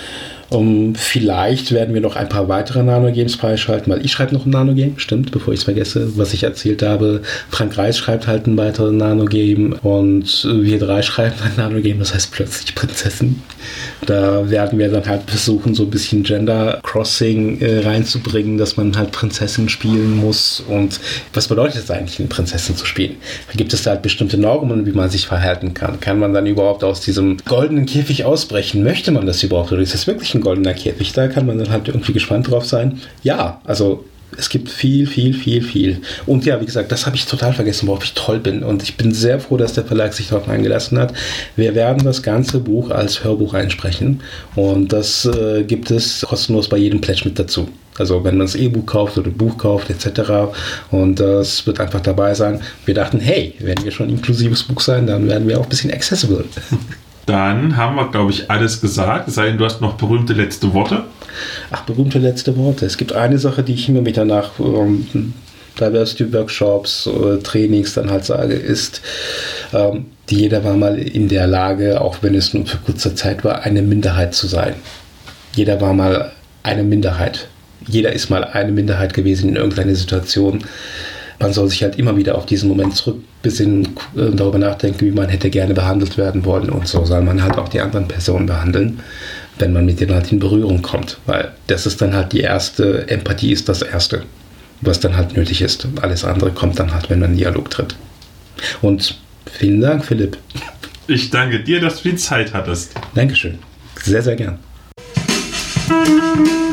Um, vielleicht werden wir noch ein paar weitere Nano-Games freischalten, weil ich schreibe noch ein Nano-Game, stimmt, bevor ich es vergesse, was ich erzählt habe. Frank Reis schreibt halt ein weiteres Nano-Game und wir drei schreiben ein Nano-Game, das heißt plötzlich Prinzessin. Da werden wir dann halt versuchen, so ein bisschen Gender-Crossing äh, reinzubringen, dass man halt Prinzessin spielen muss. Und was bedeutet es eigentlich, eine Prinzessin zu spielen? Da gibt es da halt bestimmte Normen, wie man sich verhalten kann. Kann man dann überhaupt aus diesem goldenen Käfig ausbrechen? Möchte man das überhaupt? Oder ist das wirklich ein goldener Käfig? Da kann man dann halt irgendwie gespannt drauf sein. Ja, also es gibt viel, viel, viel, viel. Und ja, wie gesagt, das habe ich total vergessen, worauf ich toll bin. Und ich bin sehr froh, dass der Verlag sich darauf eingelassen hat. Wir werden das ganze Buch als Hörbuch einsprechen. Und das äh, gibt es kostenlos bei jedem Pledge mit dazu. Also wenn man das E-Buch kauft oder Buch kauft et cetera. Und das wird einfach dabei sein. Wir dachten, hey, wenn wir schon inklusives Buch sein, dann werden wir auch ein bisschen accessible. Dann haben wir, glaube ich, alles gesagt. Es sei denn, du hast noch berühmte letzte Worte. Ach, berühmte letzte Worte. Es gibt eine Sache, die ich immer wieder nach ähm, Diversity-Workshops, äh, Trainings dann halt sage, ist, ähm, jeder war mal in der Lage, auch wenn es nur für kurze Zeit war, eine Minderheit zu sein. Jeder war mal eine Minderheit. Jeder ist mal eine Minderheit gewesen in irgendeiner Situation. Man soll sich halt immer wieder auf diesen Moment zurückbesinnen, äh, darüber nachdenken, wie man hätte gerne behandelt werden wollen, und so soll man halt auch die anderen Personen behandeln, wenn man mit denen halt in Berührung kommt, weil das ist dann halt die erste, Empathie ist das Erste, was dann halt nötig ist. Alles andere kommt dann halt, wenn man in Dialog tritt. Und vielen Dank, Philipp. Ich danke dir, dass du die Zeit hattest. Dankeschön. Sehr, sehr gern.